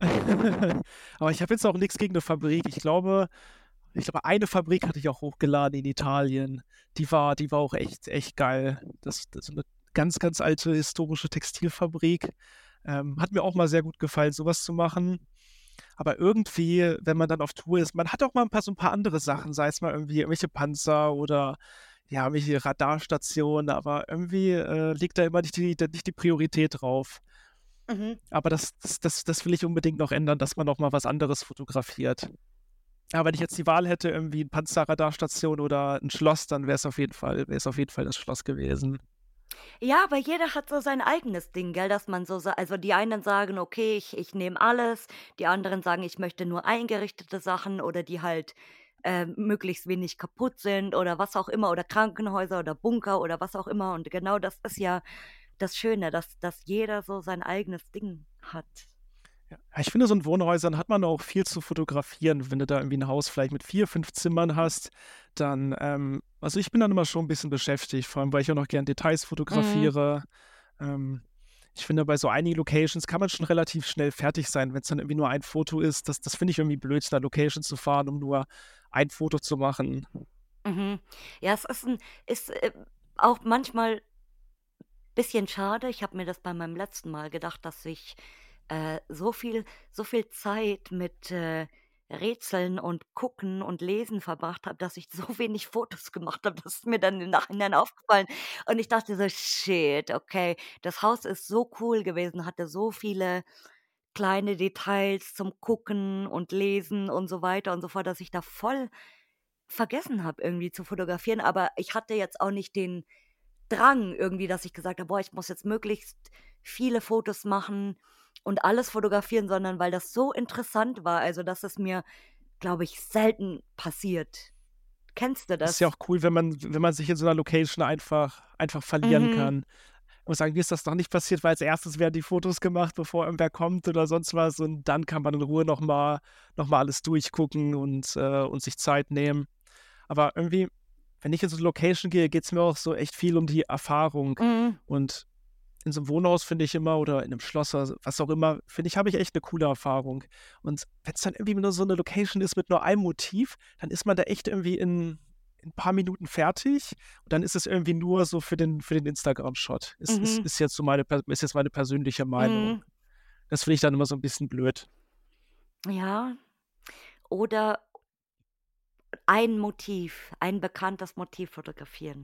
aber ich habe jetzt auch nix gegen 'ne Fabrik. Ich glaube ich glaube, eine Fabrik hatte ich auch hochgeladen in Italien. Die war die war auch echt echt geil. Das das so 'ne ganz, ganz alte historische Textilfabrik. Ähm, hat mir auch mal sehr gut gefallen, so was zu machen. Aber irgendwie, wenn man dann auf Tour ist man hat auch mal 'n paar so 'n paar andere Sachen, sei es mal irgendwie irgendwelche Panzer oder, ja, irgendwelche Radarstationen, aber irgendwie, äh, liegt da immer nicht die da nicht die Priorität drauf. Mhm. Aber das das das das will ich unbedingt noch ändern, dass man noch mal was anderes fotografiert. Aber wenn ich jetzt die Wahl hätte, irgendwie 'n Panzerradarstation oder 'n Schloss, dann wär's auf jeden Fall wäre es auf jeden Fall das Schloss gewesen. Ja, aber jeder hat so sein eigenes Ding, gell, dass man so sa also die einen sagen: „Okay, ich ich nehme alles.“ Die anderen sagen: „Ich möchte nur eingerichtete Sachen oder die halt, äh, möglichst wenig kaputt sind“ oder was auch immer oder Krankenhäuser oder Bunker oder was auch immer. Und genau das ist ja das Schöne, dass dass jeder so sein eigenes Ding hat. Ja, ich finde, so in Wohnhäusern hat man auch viel zu fotografieren. Wenn du da irgendwie 'n Haus vielleicht mit vier, fünf Zimmern hast, dann, ähm also ich bin dann immer schon 'n bisschen beschäftigt, vor allem, weil ich auch noch gern Details Mhm. fotografiere. Ähm, ich finde, bei so einigen Locations kann man schon relativ schnell fertig sein, wenn's dann irgendwie nur ein Foto ist. Das das finde ich irgendwie blöd, zu 'ner Location zu fahren, um nur ein Foto zu machen. Mhm. Ja, es ist 'n ist, äh, auch manchmal bisschen schade. Ich habe mir das bei meinem letzten Mal gedacht, dass ich, äh, so viel so viel Zeit mit, äh, Rätseln und Gucken und Lesen verbracht habe, dass ich so wenig Fotos gemacht habe. Das ist mir dann im Nachhinein aufgefallen. Und ich dachte so: „Shit, okay, das Haus ist so cool gewesen, hatte so viele kleine Details zum Gucken und Lesen und so weiter und so fort“, dass ich da voll vergessen habe, irgendwie zu fotografieren. Aber ich hatte jetzt auch nicht den Drang irgendwie, dass ich gesagt habe: „Boah, ich muss jetzt möglichst viele Fotos machen und alles fotografieren“, sondern weil das so interessant war, also, dass es mir, glaube ich, selten passiert. Kennst du Das ist ja das? auch cool, wenn man wenn man sich in so 'ner Location einfach einfach verlieren Mhm. kann. Muss sagen, mir ist das noch nicht passiert, weil als Erstes werden die Fotos gemacht, bevor irgendwer kommt oder sonst was und dann kann man in Ruhe noch mal noch mal alles durchgucken und, äh und sich Zeit nehmen. Aber irgendwie, wenn ich in so 'ne Location gehe, geht's mir auch so echt viel um die Erfahrung. Mhm. Und in so 'nem Wohnhaus finde ich immer oder in 'nem Schloss oder so was auch immer, finde ich, habe ich echt 'ne coole Erfahrung. Und wenn's dann irgendwie nur so 'ne Location ist mit nur einem Motiv, dann ist man da echt irgendwie in in paar Minuten fertig und dann ist es irgendwie nur so für den für den Instagram-Shot. Ist ist Mhm. ist jetzt so meine per ist jetzt meine persönliche Meinung. Mhm. Das finde ich dann immer so 'n bisschen blöd. Ja. Oder ein Motiv, ein bekanntes Motiv fotografieren.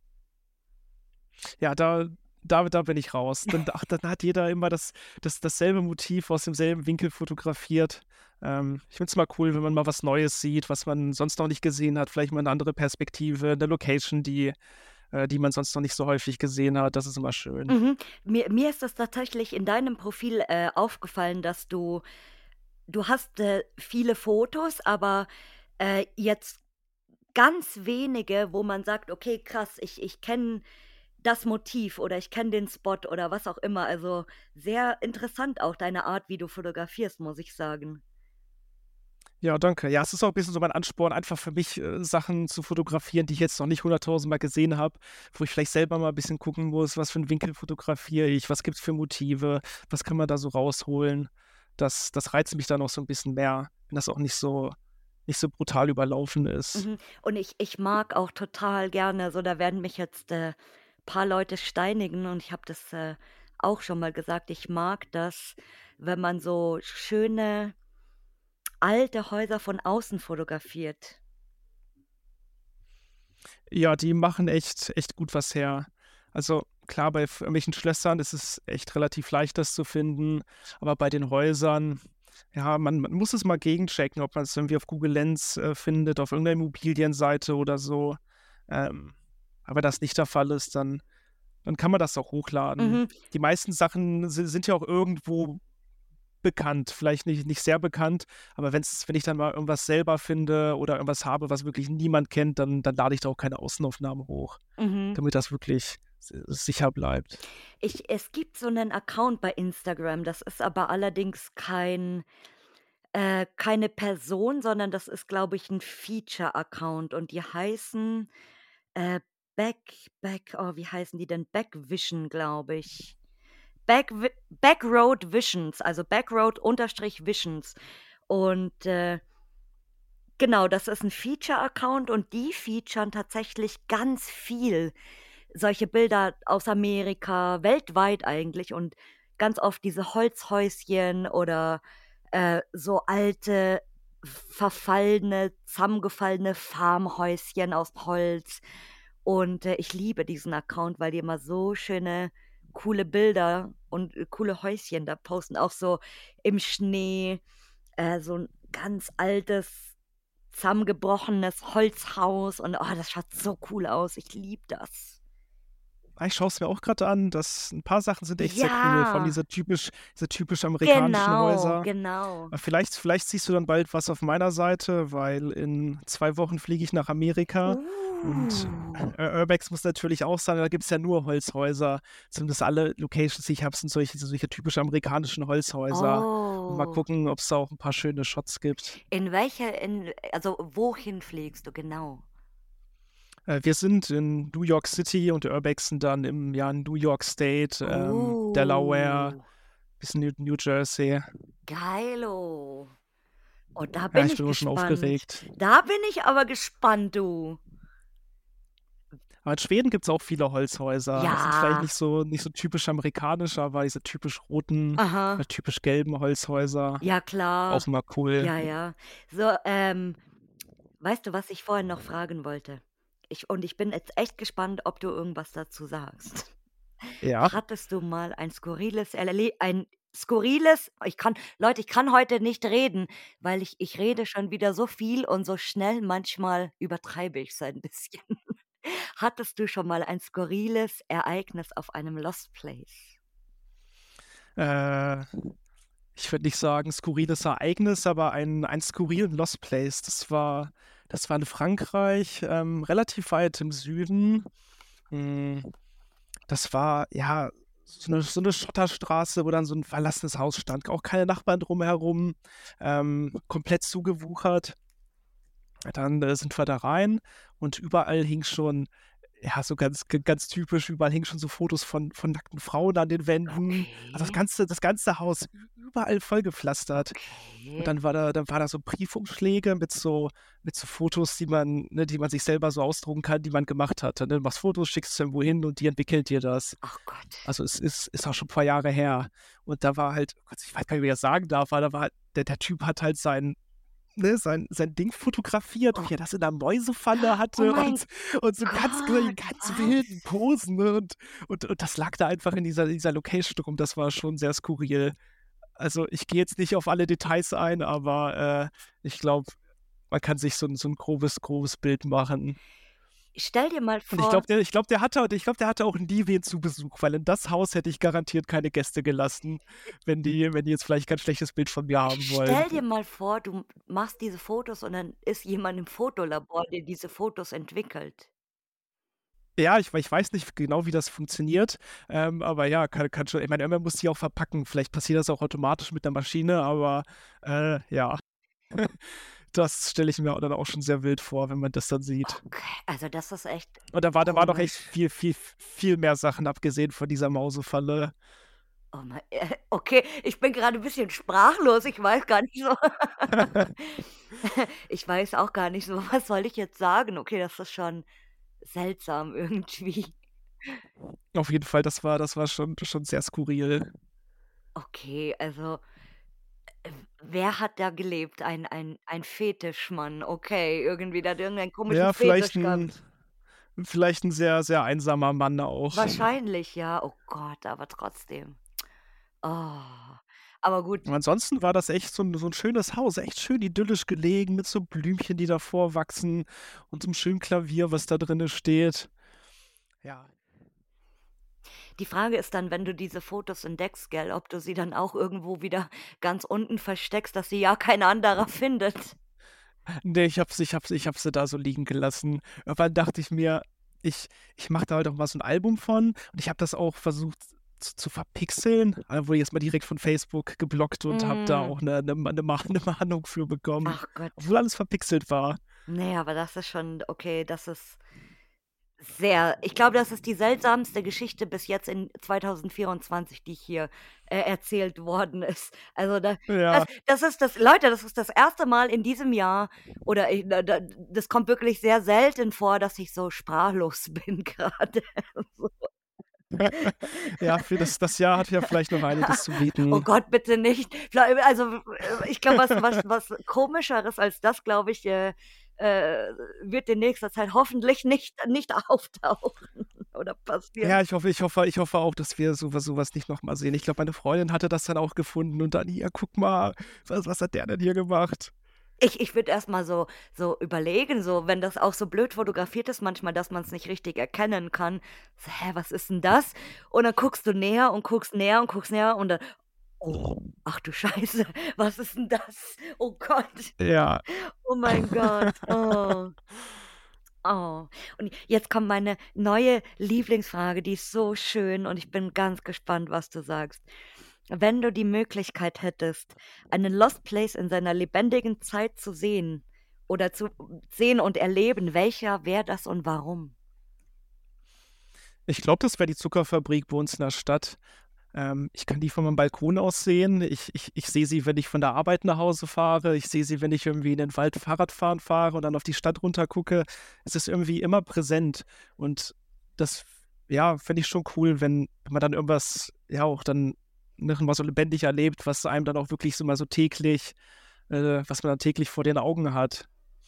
Ja, da da da bin ich raus. Dann ach, dann hat jeder immer das das dasselbe Motiv aus demselben Winkel fotografiert. Ähm, ich finde es mal cool, wenn man mal was Neues sieht, was man sonst noch nicht gesehen hat, vielleicht mal 'ne andere Perspektive, 'ne Location, die äh, die man sonst noch nicht so häufig gesehen hat. Das ist immer schön. Mhm. Mir mir ist das tatsächlich in deinem Profil, äh, aufgefallen, dass du du hast, äh, viele Fotos, aber, äh, jetzt ganz wenige, wo man sagt: „Okay, krass, ich ich kenne das Motiv oder ich kenne den Spot oder was auch immer. Also, sehr interessant auch deine Art, wie du fotografierst, muss ich sagen. Ja, danke. Ja, es ist auch ein bisschen so mein Ansporn, einfach für mich, äh, Sachen zu fotografieren, die ich jetzt noch nicht hunderttausendmal gesehen habe, wo ich vielleicht selber mal ein bisschen gucken muss, was für 'n Winkel fotografiere ich, was gibt's für Motive, was kann man da so rausholen? Das das reizt mich da noch so ein bisschen mehr, wenn das auch nicht so nicht so brutal überlaufen ist. Mhm. Und ich ich mag auch total gerne so da werden mich jetzt, äh, paar Leute steinigen und ich habe das, äh, auch schon mal gesagt. Ich mag das, wenn man so schöne alte Häuser von außen fotografiert. Ja, die machen echt echt gut was her. Also, klar, bei f irgendwelchen Schlössern ist es echt relativ leicht, das zu finden, aber bei den Häusern, ja, man man muss es mal gegenchecken, ob man es irgendwie auf Google Lens, äh, findet, auf irgendeiner Immobilienseite oder so. Ähm, aber wenn das nicht der Fall ist, dann dann kann man das auch hochladen. Mhm, Die meisten Sachen si sind ja auch irgendwo bekannt, vielleicht nicht nicht sehr bekannt, aber wenn's wenn ich dann mal irgendwas selber finde oder irgendwas habe, was wirklich niemand kennt, dann dann lade ich da auch keine Außenaufnahmen hoch, mhm. damit das wirklich s sicher bleibt. Ich es gibt so 'nen Account bei Instagram, das ist aber allerdings kein äh, keine Person, sondern das ist, glaube ich, 'n Feature-Account und die heißen, äh, Back Back oh, wie heißen die denn? Backvision, glaube ich. Backvi Backroad Visions, also Backroad Unterstrich Visions. Und, äh, genau, das ist 'n Feature-Account und die featuren tatsächlich ganz viel solche Bilder aus Amerika, weltweit eigentlich und ganz oft diese Holzhäuschen oder, äh, so alte, verfallene, zusammengefallene Farmhäuschen aus Holz. Und, äh, ich liebe diesen Account, weil die immer so schöne, coole Bilder und, äh, coole Häuschen da posten, auch so im Schnee, äh, so 'n ganz altes, zusammengebrochenes Holzhaus und, oh, das schaut so cool aus. Ich liebe das. Ah, ich schaue es mir auch gerade an, das 'n paar Sachen sind echt sehr cool, vor allem Ja, diese typisch diese typisch amerikanischen genau, Häuser. genau. Ah, vielleicht vielleicht siehst du dann bald was auf meiner Seite, weil in zwei Wochen fliege ich nach Amerika und Uh. Ur Urbex muss natürlich auch sein, da gibt's ja nur Holzhäuser. Zumindest alle Locations, die ich habe, sind solche solche typisch amerikanischen Holzhäuser. Und mal Oh. gucken, ob's da auch 'n paar schöne Shots gibt. In welche in also, wohin fliegst du genau? Äh, wir sind in New York City und Urbex sind dann im, ja, New York State, ähm, Delaware, Uh, bisschen New New Jersey. geilo. Oh, da Ja, bin ich ich bin auch schon gespannt. aufgeregt. Da bin ich aber gespannt, du. Aber in Schweden gibt's auch viele Holzhäuser. Sind vielleicht Ja, nicht so nicht so typisch amerikanisch, aber diese typisch roten aha. oder typisch gelben Holzhäuser, Ja, auch klar. immer cool. Ja, ja. So, ähm, weißt du, was ich vorhin noch fragen wollte? Ich und ich bin jetzt echt gespannt, ob du irgendwas dazu sagst. Ja, Hattest du mal ein skurriles Erle ein skurriles ich kann Leute, ich kann heute nicht reden, weil ich ich rede schon wieder so viel und so schnell, manchmal übertreibe ich's ein bisschen. Hattest du schon mal ein skurriles Ereignis auf einem Lost Place? äh, ich würde nicht sagen skurriles Ereignis, aber ein ein skurrilen Lost Place. Das war das war in Frankreich, ähm, relativ weit im Süden. Hm, das war, ja, so 'ne so 'ne Schotterstraße, wo dann so 'n verlassenes Haus stand, auch keine Nachbarn drumherum, ähm, komplett zugewuchert. Dann, äh, sind wir da rein und überall hing schon, ja, so ganz g ganz typisch, überall hingen schon so Fotos von von nackten Frauen an den Wänden. Also, das Okay, ganze das ganze Haus ü überall vollgepflastert. Und okay. dann war da dann war da so Briefumschläge mit so mit so Fotos, die man ne, die man sich selber so ausdrucken kann, die man gemacht hat. Ne, du machst Fotos, schickst irgendwo hin und die entwickelt dir das. Ach Gott. Also, es ist ist auch schon 'n paar Jahre her. Und da war halt, oh Gott, ich weiß gar nicht, wie ich das sagen darf, aber da war halt der der Typ hat halt sein ne, sein sein Ding fotografiert, Oh, wie er das in 'ner Mäusefalle oh hatte mein und und so ganz Gott, ganz wilden was? Posen, ne? Und und und das lag da einfach in dieser dieser Location rum. Das war schon sehr skurril. Also, ich gehe jetzt nicht auf alle Details ein, aber, äh, ich glaube, man kann sich so 'n so 'n grobes grobes Bild machen. Stell dir mal Und ich vor glaube, der ich glaube, der hatte ich glaube, der hatte auch nie wen zu Besuch, weil in das Haus hätte ich garantiert keine Gäste gelassen, wenn die wenn die jetzt vielleicht kein schlechtes Bild von mir haben wollen. stell dir mal vor, du m machst diese Fotos und dann ist jemand im Fotolabor, der diese Fotos entwickelt. Ja, ich ich weiß nicht genau, wie das funktioniert, ähm, aber ja, kann kann schon ich meine, irgendwann muss die auch verpacken. Vielleicht passiert das auch automatisch mit der Maschine, aber, äh, ja. Das stelle ich mir dann auch schon sehr wild vor, wenn man das dann sieht. Okay, also das ist echt Und da war da war doch echt komisch. viel viel viel mehr Sachen abgesehen von dieser Mausefalle. Oh mei äh, okay, ich bin grade 'n bisschen sprachlos. Ich weiß gar nicht so ich weiß auch gar nicht so, was soll ich jetzt sagen? Okay, das ist schon seltsam irgendwie. Auf jeden Fall, das war das war schon schon sehr skurril. Okay, also, äh, wer hat da gelebt? Ein ein ein Fetischmann, okay, irgendwie der hat irgendeinen komischen Ja, vielleicht Fetisch 'n gehabt. vielleicht 'n sehr, sehr einsamer Mann auch. Wahrscheinlich, ja. Oh Gott, aber trotzdem. Oh, aber gut. Und ansonsten war das echt so 'n so 'n schönes Haus, echt schön idyllisch gelegen mit so Blümchen, die davor wachsen und so 'nem schönen Klavier, was da drinnen steht. Ja. Die Frage ist dann, wenn du diese Fotos entdeckst, gell, ob du sie dann auch irgendwo wieder ganz unten versteckst, dass sie ja kein anderer findet. Ne, ich habe sie ich habe sie ich habe sie da so liegen gelassen. Irgendwann dachte ich mir: „Ich ich mache da halt auch mal so 'n Album von." Und ich habe das auch versucht z zu verpixeln, aber wurde jetzt mal direkt von Facebook geblockt und habe da Hm. auch 'ne 'ne Ma 'ne Ma 'ne Mahnung für bekommen, Ach Gott. obwohl alles verpixelt war. Ne, aber das ist schon okay, das ist sehr ich glaube, das ist die seltsamste Geschichte bis jetzt in zweitausendvierundzwanzig, die hier, äh, erzählt worden ist. Also, da das Ja. das ist das Leute, das ist das erste Mal in diesem Jahr oder i da da das kommt wirklich sehr selten vor, dass ich so sprachlos bin grade so. Ja, für das das Jahr hat ja vielleicht noch einiges zu Oh bieten. Gott, bitte nicht. Viellei also, äh, ich glaube, was was was Komischeres als das, glaube ich, äh, äh, wird in nächster Zeit hoffentlich nicht nicht auftauchen oder passieren. Ja, ich hoffe ich hoffe ich hoffe auch, dass wir so was so was nicht noch mal sehen. Ich glaube, meine Freundin hatte das dann auch gefunden und dann: „Hier, guck mal, was was hat der denn hier gemacht?" Ich ich würde erst mal so so überlegen, so wenn das auch so blöd fotografiert ist manchmal, dass man's nicht richtig erkennen kann. So: „Hä, was ist 'n das?" Und dann guckst du näher und guckst näher und guckst näher und dann: „Oh, ach du Scheiße, was ist 'n das? Oh Gott. Ja. Oh mein Gott, oh." Oh, und jetzt kommt meine neue Lieblingsfrage, die ist so schön und ich bin ganz gespannt, was du sagst. Wenn du die Möglichkeit hättest, einen Lost Place in seiner lebendigen Zeit zu sehen oder zu sehen und erleben, welcher wäre das und warum? Ich glaube, das wäre die Zuckerfabrik bei uns in der Stadt. Ähm, ich kann die von meinem Balkon aus sehen. Ich ich ich sehe sie, wenn ich von der Arbeit nach Hause fahre. Ich sehe sie, wenn ich irgendwie in den Wald Fahrradfahren fahre und dann auf die Stadt runter gucke. Es ist irgendwie immer präsent und das, ja, fände ich schon cool, wenn wenn man dann irgendwas, ja, auch dann noch mal so lebendig erlebt, was einem dann auch wirklich so mal so täglich äh, was man dann täglich vor den Augen hat.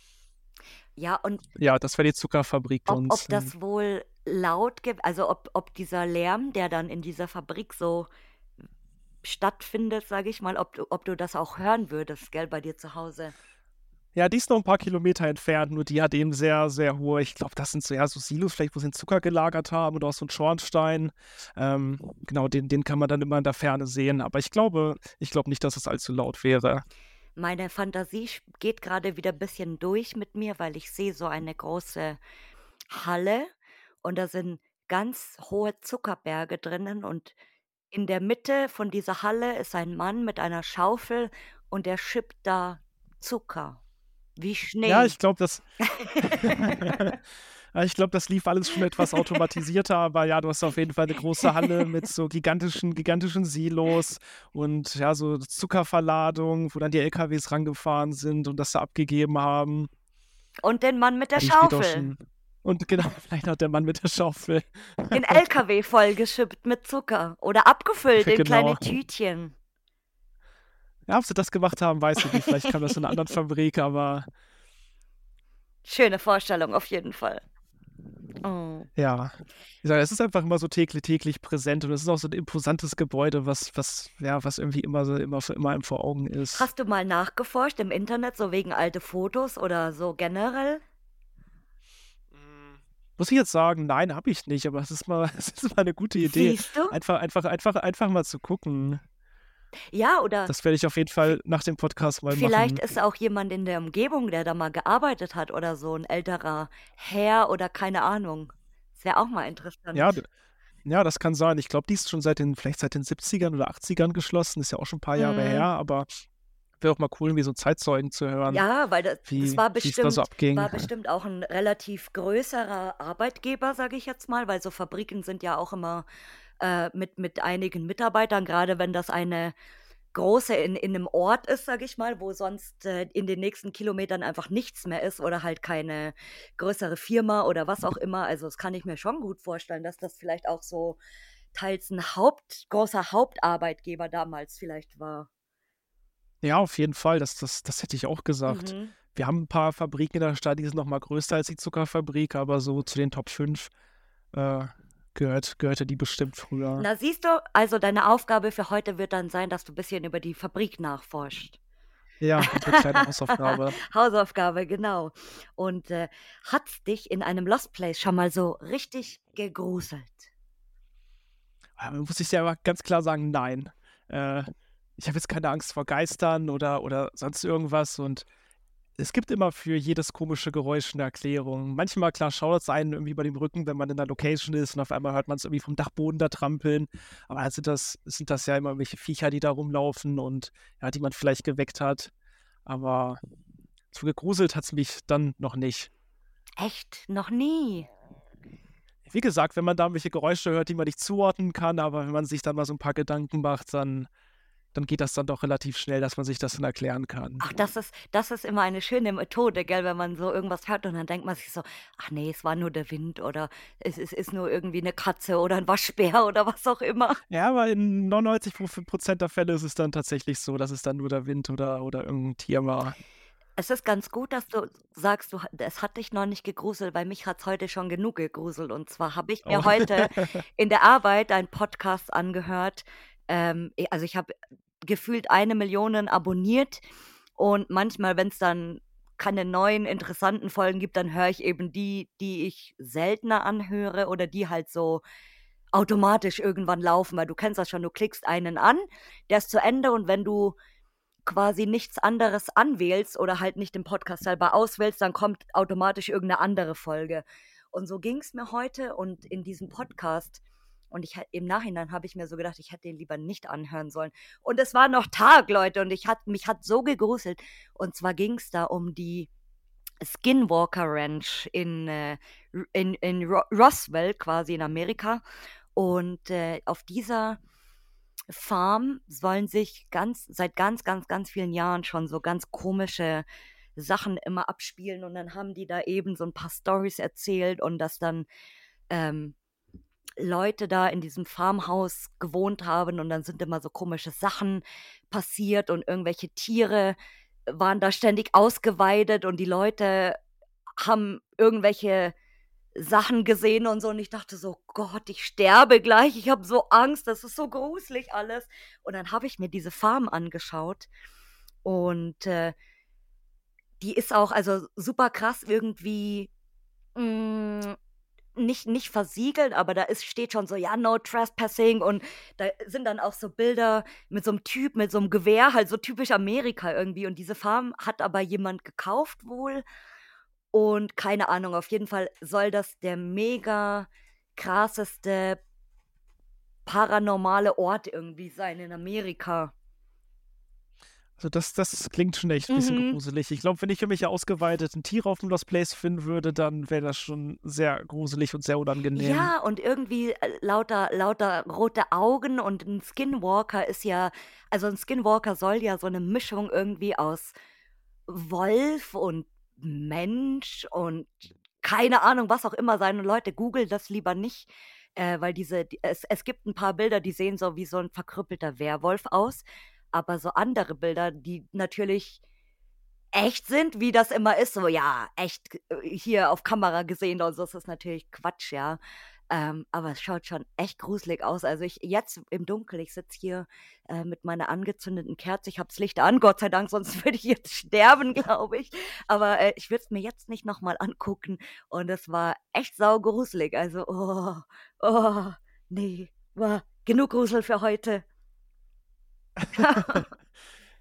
Ja, und Ja, das wäre die Zuckerfabrik bei ob uns, ob mhm. das wohl laut gibt also, ob ob dieser Lärm, der dann in dieser Fabrik so stattfindet, sage ich mal, ob du ob du das auch hören würdest, gell, bei dir zu Hause? Ja, die ist noch 'n paar Kilometer entfernt, nur die hat eben sehr, sehr hohe ich glaube, das sind so ja, so Silos vielleicht, wo sie den Zucker gelagert haben oder auch so 'n Schornstein. Ähm, genau, den den kann man dann immer in der Ferne sehen, aber ich glaube ich glaube nicht, dass es allzu laut wäre. Meine Fantasie sch geht grade wieder bisschen durch mit mir, weil ich sehe so eine große Halle und da sind ganz hohe Zuckerberge drinnen und in der Mitte von dieser Halle ist ein Mann mit einer Schaufel und der schippt da Zucker wie Ja, Schnee. ich glaube, das ja, ich glaube, das lief alles schon etwas automatisierter, aber ja, du hast auf jeden Fall 'ne große Halle mit so gigantischen gigantischen Silos und ja, so Zuckerverladung, wo dann die LKWs rangefahren sind und das da abgegeben haben. Und den Mann mit der Ja, die steht auch Schaufel. schon und genau, vielleicht auch der Mann mit der Schaufel. Den LKW vollgeschippt mit Zucker oder abgefüllt in Genau. kleine Tütchen. Ja, ob sie das gemacht haben, weiß ich nicht. Vielleicht kam das in 'ner anderen Fabrik, aber Schöne Vorstellung auf jeden Fall. Oh. Ja. Wie gesagt, es ist einfach immer so tägli täglich präsent und es ist auch so 'n imposantes Gebäude, was was ja, was irgendwie immer so immer für immer einem vor Augen ist. Hast du mal nachgeforscht im Internet, so wegen alte Fotos oder so generell? Hm, muss ich jetzt sagen, nein, habe ich nicht, aber es ist mal es ist mal 'ne gute Idee, Siehst du? einfach einfach einfach einfach mal zu gucken. Ja, oder Das werde ich auf jeden vi Fall nach dem Podcast mal vielleicht machen. ist auch jemand in der Umgebung, der da mal gearbeitet hat oder so 'n älterer Herr oder keine Ahnung. Das wäre auch mal Ja, d interessant. ja, das kann sein. Ich glaube, die ist schon seit den vielleicht seit den Siebzigern oder Achtzigern geschlossen. Ist ja auch schon 'n paar Jahre her, Mhm. aber wäre auch mal cool, irgendwie so Zeitzeugen zu hören, Ja, weil da das wie war wie's da so bestimmt abging. war bestimmt auch 'n relativ größerer Arbeitgeber, sage ich jetzt mal, weil so Fabriken sind ja auch immer, äh, mit mit einigen Mitarbeitern, grade wenn das eine große in in 'nem Ort ist, sage ich mal, wo sonst, äh, in den nächsten Kilometern einfach nichts mehr ist oder halt keine größere Firma oder was auch immer. Also, das kann ich mir schon gut vorstellen, dass das vielleicht auch so teils 'n Haupt großer Hauptarbeitgeber damals vielleicht war. Ja, auf jeden Fall, das das das hätte ich auch gesagt. Mhm. Wir haben 'n paar Fabriken in der Stadt, die sind noch mal größer als die Zuckerfabrik, aber so zu den Top fünf, äh, gehört gehörte die bestimmt früher. Na, siehst du, also deine Aufgabe für heute wird dann sein, dass du bisschen über die Fabrik nachforscht. Ja, 'ne kleine Hausaufgabe. Hausaufgabe, genau. Und, äh, hat's dich in einem Lost Place schon mal so richtig gegruselt? Ah, da muss ich dir aber ganz klar sagen: „Nein.“ Äh, ich habe jetzt keine Angst vor Geistern oder oder sonst irgendwas und es gibt immer für jedes komische Geräusch 'ne Erklärung. Manchmal, klar, schaudert's einen irgendwie über dem Rücken, wenn man in 'ner Location ist und auf einmal hört man's irgendwie vom Dachboden da trampeln. Aber dann sind das sind das ja immer irgendwelche Viecher, die da rumlaufen und, ja, die man vielleicht geweckt hat. Aber so gegruselt hat's mich dann noch nicht. Echt? Noch nie? Wie gesagt, wenn man da irgendwelche Geräusche hört, die man nicht zuordnen kann, aber wenn man sich dann mal so 'n paar Gedanken macht, dann dann geht das dann doch relativ schnell, dass man sich das dann erklären kann. Ach, das ist das ist immer eine schöne Methode, gell, wenn man so irgendwas hört und dann denkt man sich so: „Ach ne, es war nur der Wind oder es es ist nur irgendwie 'ne Katze oder 'n Waschbär“ oder was auch immer. Ja, aber in neunundneunzig Pro Prozent der Fälle ist es dann tatsächlich so, dass es dann nur der Wind oder oder irgend 'n Tier war. Es ist ganz gut, dass du sagst, du ha es hat dich noch nicht gegruselt, weil mich hat's heute schon genug gegruselt. Und zwar habe ich Oh. mir heute in der Arbeit einen Podcast angehört. Ähm, e also, ich habe gefühlt eine Millionen abonniert und manchmal, wenn's dann keine neuen interessanten Folgen gibt, dann höre ich eben die, die ich seltener anhöre oder die halt so automatisch irgendwann laufen, weil du kennst das schon, du klickst einen an, der ist zu Ende und wenn du quasi nichts anderes anwählst oder halt nicht den Podcast selber auswählst, dann kommt automatisch irgend 'ne andere Folge. Und so ging's mir heute und in diesem Podcast und ich hä im Nachhinein habe ich mir so gedacht, ich hätte den lieber nicht anhören sollen. Und es war noch Tag, Leute, und ich hat mich hat so gegruselt. Und zwar ging's da um die Skinwalker Ranch in, äh, R in in Ro Roswell quasi in Amerika. Und, äh, auf dieser Farm sollen sich ganz seit ganz, ganz, ganz vielen Jahren schon so ganz komische Sachen immer abspielen und dann haben die da eben so 'n paar Storys erzählt und dass dann, ähm, Leute da in diesem Farmhaus gewohnt haben und dann sind immer so komische Sachen passiert und irgendwelche Tiere waren da ständig ausgeweidet und die Leute haben irgendwelche Sachen gesehen und so und ich dachte so: „Gott, ich sterbe gleich, ich habe so Angst, das ist so gruselig alles.“ Und dann habe ich mir diese Farm angeschaut und, äh die ist auch, also, super krass irgendwie, hm, nicht nicht versiegelt, aber da ist steht schon so: „Ja, no trespassing“ und da sind dann auch so Bilder mit so 'nem Typ mit so 'nem Gewehr, halt so typisch Amerika irgendwie. Und diese Farm hat aber jemand gekauft wohl und keine Ahnung, auf jeden Fall soll das der mega krasseste paranormale Ort irgendwie sein in Amerika. Also, das das klingt schon echt bisschen Mhm. gruselig. Ich glaube, wenn ich irgendwelche ausgeweideten Tiere auf'm Lost Place finden würde, dann wäre das schon sehr gruselig und sehr unangenehm. Ja, und irgendwie, äh, lauter lauter rote Augen und 'n Skinwalker ist ja also, 'n Skinwalker soll ja so 'ne Mischung irgendwie aus Wolf und Mensch und keine Ahnung, was auch immer sein. Und Leute, googelt das lieber nicht, äh, weil diese die es es gibt 'n paar Bilder, die sehen so wie so 'n verkrüppelter Werwolf aus, aber so andere Bilder, die natürlich echt sind, wie das immer ist, so: „Ja, echt g äh, hier auf Kamera gesehen“ und so, das ist natürlich Quatsch, ja. Ähm, aber es schaut schon echt gruselig aus. Also, ich jetzt im Dunkeln ich sitze hier, äh, mit meiner angezündeten Kerze. Ich habe das Licht an, Gott sei Dank, sonst würde ich jetzt sterben, glaube ich. Aber, äh, ich würde es mir jetzt nicht noch mal angucken und es war echt saugruselig. Also, oh, oh, ne, genug Grusel für heute.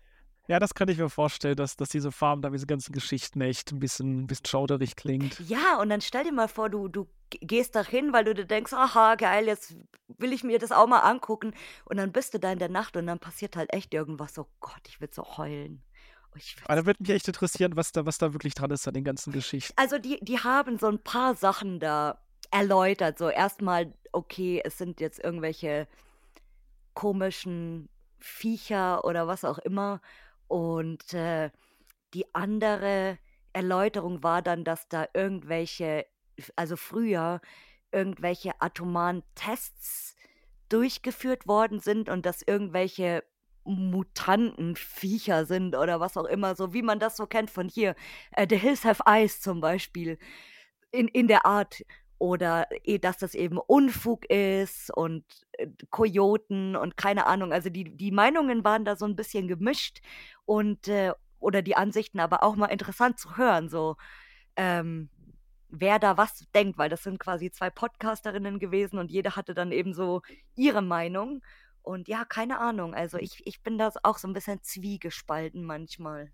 Ja, das kann ich mir vorstellen, dass dass diese Farm da diese ganzen Geschichten echt 'n bisschen 'n bisschen schauderig klingt. Ja, und dann stell dir mal vor, du du g gehst da hin, weil du dir denkst: „Aha, geil, jetzt will ich mir das auch mal angucken.“ Und dann bist du da in der Nacht und dann passiert halt echt irgendwas. Oh Gott, ich würde so heulen. Oh, ich würde Aber da würde mich echt interessieren, was da was da wirklich dran ist an den ganzen Geschichten. Also, die die haben so 'n paar Sachen da erläutert. So erst mal, okay, es sind jetzt irgendwelche komischen Viecher oder was auch immer. Und, äh, die andere Erläuterung war dann, dass da irgendwelche f also früher irgendwelche atomaren Tests durchgeführt worden sind und dass irgendwelche Mutanten Viecher sind oder was auch immer, so wie man das so kennt von hier, äh, „The Hills Have Eyes“ zum Beispiel, in in der Art. Oder eh dass das eben Unfug ist und, äh, Kojoten und keine Ahnung. Also, die die Meinungen waren da so 'n bisschen gemischt und, äh oder die Ansichten, aber auch mal interessant zu hören, so, ähm, wer da was denkt, weil das sind quasi zwei Podcasterinnen gewesen und jede hatte dann eben so ihre Meinung. Und ja, keine Ahnung. Also, ich ich bin da s auch so 'n bisschen zwiegespalten manchmal.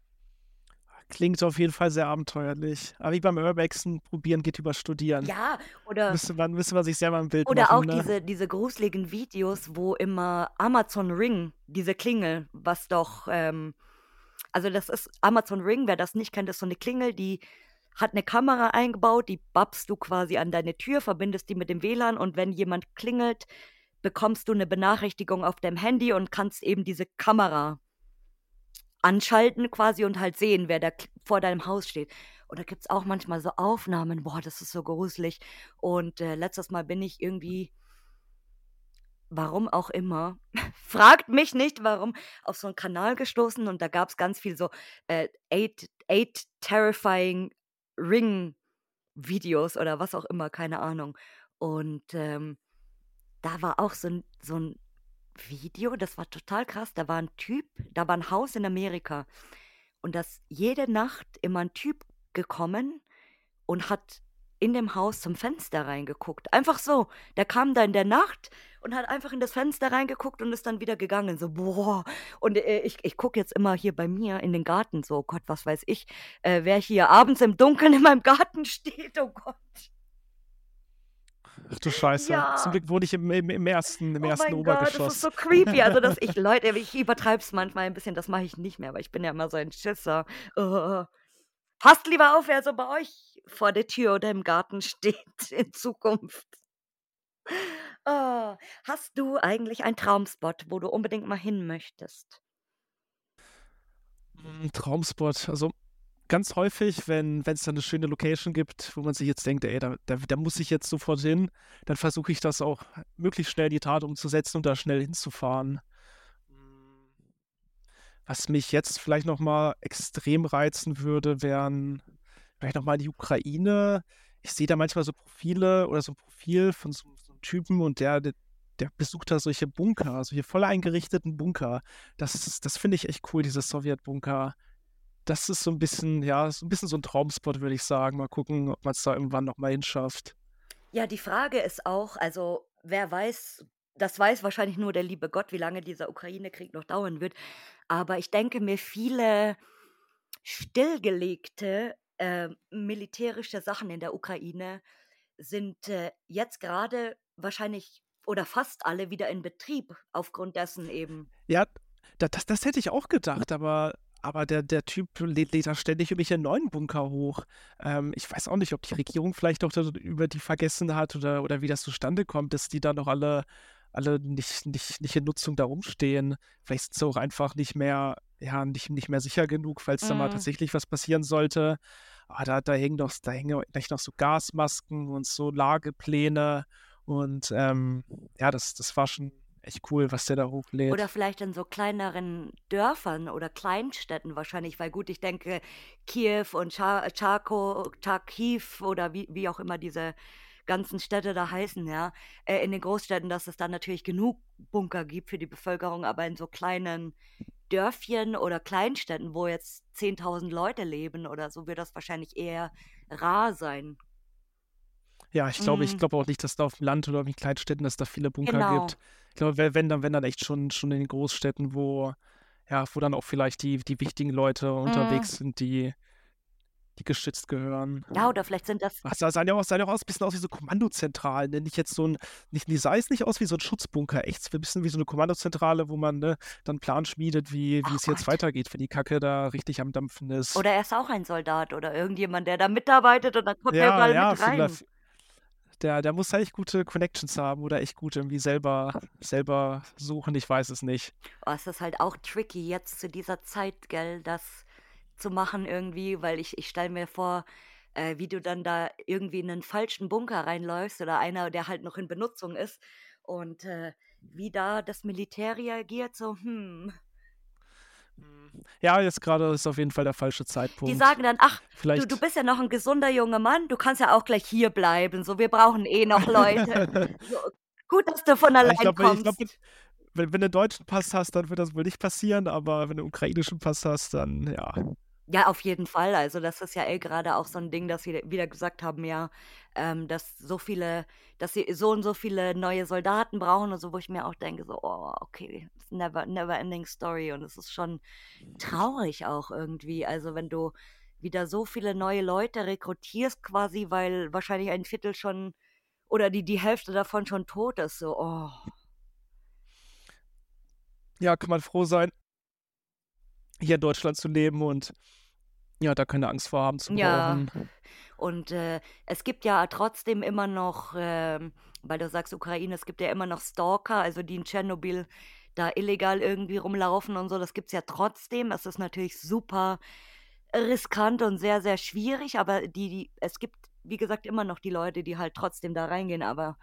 Klingt auf jeden Fall sehr abenteuerlich. Aber wie beim Urbexen, probieren geht über studieren. Ja, oder Müsste man müsste man sich selber 'n Bild oder machen, auch ne? diese diese gruseligen Videos, wo immer Amazon Ring, diese Klingel, was doch, ähm also, das ist Amazon Ring, wer das nicht kennt, ist so 'ne Klingel, die hat 'ne Kamera eingebaut, die babst du quasi an deine Tür, verbindest die mit dem W L A N und wenn jemand klingelt, bekommst du 'ne Benachrichtigung auf deinem Handy und kannst eben diese Kamera anschalten quasi und halt sehen, wer da k vor deinem Haus steht. Und da gibt's auch manchmal so Aufnahmen, boah, das ist so gruselig. Und, äh, letztes Mal bin ich irgendwie warum auch immer, fragt mich nicht warum, auf so 'n Kanal gestoßen und da gab's ganz viel so, äh, eight eight terrifying Ring Videos oder was auch immer, keine Ahnung. Und, ähm, da war auch so 'n so 'n Video, das war total krass. Da war 'n Typ da war 'n Haus in Amerika und da ist jede Nacht immer 'n Typ gekommen und hat in dem Haus zum Fenster reingeguckt. Einfach so. Der kam da in der Nacht und hat einfach in das Fenster reingeguckt und ist dann wieder gegangen. So, boah. Und, äh, ich ich gucke jetzt immer hier bei mir in den Garten so, Gott, was weiß ich, äh, wer hier abends im Dunkeln in meinem Garten steht, oh Gott. Ach du Scheiße. Zum Ja. Glück wohne ich im im im ersten im Oh ersten mein Gott, das ist Obergeschoss. so creepy. Also, dass ich Leute ich übertreibe es manchmal ein bisschen, das mache ich nicht mehr, aber ich bin ja immer so ein Schisser. Passt lieber auf, wer so bei euch vor der Tür oder im Garten steht in Zukunft. Oh, hast du eigentlich einen Traumspot, wo du unbedingt mal hin möchtest? Hm, Traumspot. Also, ganz häufig, wenn wenn's da 'ne schöne Location gibt, wo man sich jetzt denkt: „Ey, da da da muss ich jetzt sofort hin“, dann versuche ich das auch möglichst schnell in die Tat umzusetzen und da schnell hinzufahren. Hm, was mich jetzt vielleicht noch mal extrem reizen würde, wären vielleicht noch mal die Ukraine. Ich sehe da manchmal so Profile oder so 'n Profil von so 'm so 'm Typen und der der der besucht da solche Bunker, solche voll eingerichteten Bunker. Das ist das finde ich echt cool, diese Sowjetbunker. Das ist so 'n bisschen ja, so 'n bisschen so 'n Traumspot, würde ich sagen. Mal gucken, ob man's da irgendwann noch mal hinschafft. Ja, die Frage ist auch also, wer weiß das weiß wahrscheinlich nur der liebe Gott, wie lange dieser Ukraine-Krieg noch dauern wird. Aber ich denke mir, viele stillgelegte, äh, militärische Sachen in der Ukraine sind, äh, jetzt grade wahrscheinlich oder fast alle wieder in Betrieb aufgrund dessen eben. Ja, da das das hätte ich auch gedacht, aber aber der der Typ lädt lädt da ständig irgendwelche neuen Bunker hoch. Ähm, ich weiß auch nicht, ob die Regierung vielleicht auch da über die vergessen hat oder oder wie das zustande kommt, dass die da noch alle alle nicht nicht nicht in Nutzung da rumstehen. Vielleicht sind sie auch einfach nicht mehr ja, nicht nicht mehr sicher genug, falls da mal Mhm. tatsächlich was passieren sollte. Ah, da da hängen doch da hängen vielleicht noch so Gasmasken und so Lagepläne und, ähm, ja, das das war schon echt cool, was der da Oder hochlädt. vielleicht in so kleineren Dörfern oder Kleinstädten wahrscheinlich, weil gut, ich denke, Kiew und Cha Charko Charkiw oder wie wie auch immer diese ganzen Städte da heißen, ja, äh, in den Großstädten, dass es da natürlich genug Bunker gibt für die Bevölkerung, aber in so kleinen Dörfchen oder Kleinstädten, wo jetzt zehntausend Leute leben oder so, wird das wahrscheinlich eher rar sein. Ja, ich glaube ich Mhm, glaube auch nicht, dass da aufm Land oder in Kleinstädten, dass da viele Bunker genau. gibt. Ich glaube, we wenn dann wenn dann echt schon schon in den Großstädten, wo ja, wo dann auch vielleicht die die wichtigen Leute Mhm. unterwegs sind, die die geschützt gehören. Ja, oder vielleicht sind das Was, da sahen ja auch sahen ja auch aus bisschen aus wie so Kommandozentralen, ne? Nicht jetzt so 'n nicht die sah jetzt nicht aus wie so 'n Schutzbunker, echt so 'n bisschen wie so 'ne Kommandozentrale, wo man, ne, dann 'n Plan schmiedet, wie wie ach es jetzt Gott. weitergeht, wenn die Kacke da richtig am Dampfen ist. Oder er ist auch ein Soldat oder irgendjemand, der da mitarbeitet und dann kommt er Ja, überall ja, mit rein. vielleicht der der muss da echt gute Connections haben oder echt gut irgendwie selber selber suchen, ich weiß es nicht. Oh, es ist halt auch tricky jetzt zu dieser Zeit, gell, das zu machen irgendwie, weil ich ich stelle mir vor, äh, wie du dann da irgendwie in 'nen falschen Bunker reinläufst oder einer, der halt noch in Benutzung ist und, äh, wie da das Militär reagiert, so: „Hm." Mhm. Ja, jetzt grade ist auf jeden Fall der falsche Die Zeitpunkt. sagen dann: „Ach, du du Vielleicht bist ja noch 'n gesunder junger Mann, du kannst ja auch gleich hierbleiben, so, wir brauchen eh noch Leute. So, gut, dass du von Ah, ich allein glaube ich glaube, kommst." wenn wenn du 'n deutschen Pass hast, dann wird das wohl nicht passieren, aber wenn du 'n ukrainischen Pass hast, dann ja. Ja, auf jeden Fall. Also, das ist ja eh grade auch so 'n Ding, dass sie wieder gesagt haben, ja, ähm, dass so viele dass sie so und so viele neue Soldaten brauchen und so, wo ich mir auch denke so: „Oh, okay, it's never never ending story." Und es ist schon traurig auch irgendwie. Also, wenn du wieder so viele neue Leute rekrutierst quasi, weil wahrscheinlich ein Viertel schon oder die die Hälfte davon schon tot ist, so, oh. Ja, kann man froh sein, hier in Deutschland zu leben und, ja, da keine Angst vor haben zu Ja, brauchen. und, äh, es gibt ja trotzdem immer noch, ähm, weil du sagst Ukraine, es gibt ja immer noch Stalker, also die in Tschernobyl da illegal irgendwie rumlaufen und so, das gibt's ja trotzdem. Es ist natürlich super riskant und sehr, sehr schwierig, aber die die es gibt, wie gesagt, immer noch die Leute, die halt trotzdem da reingehen, aber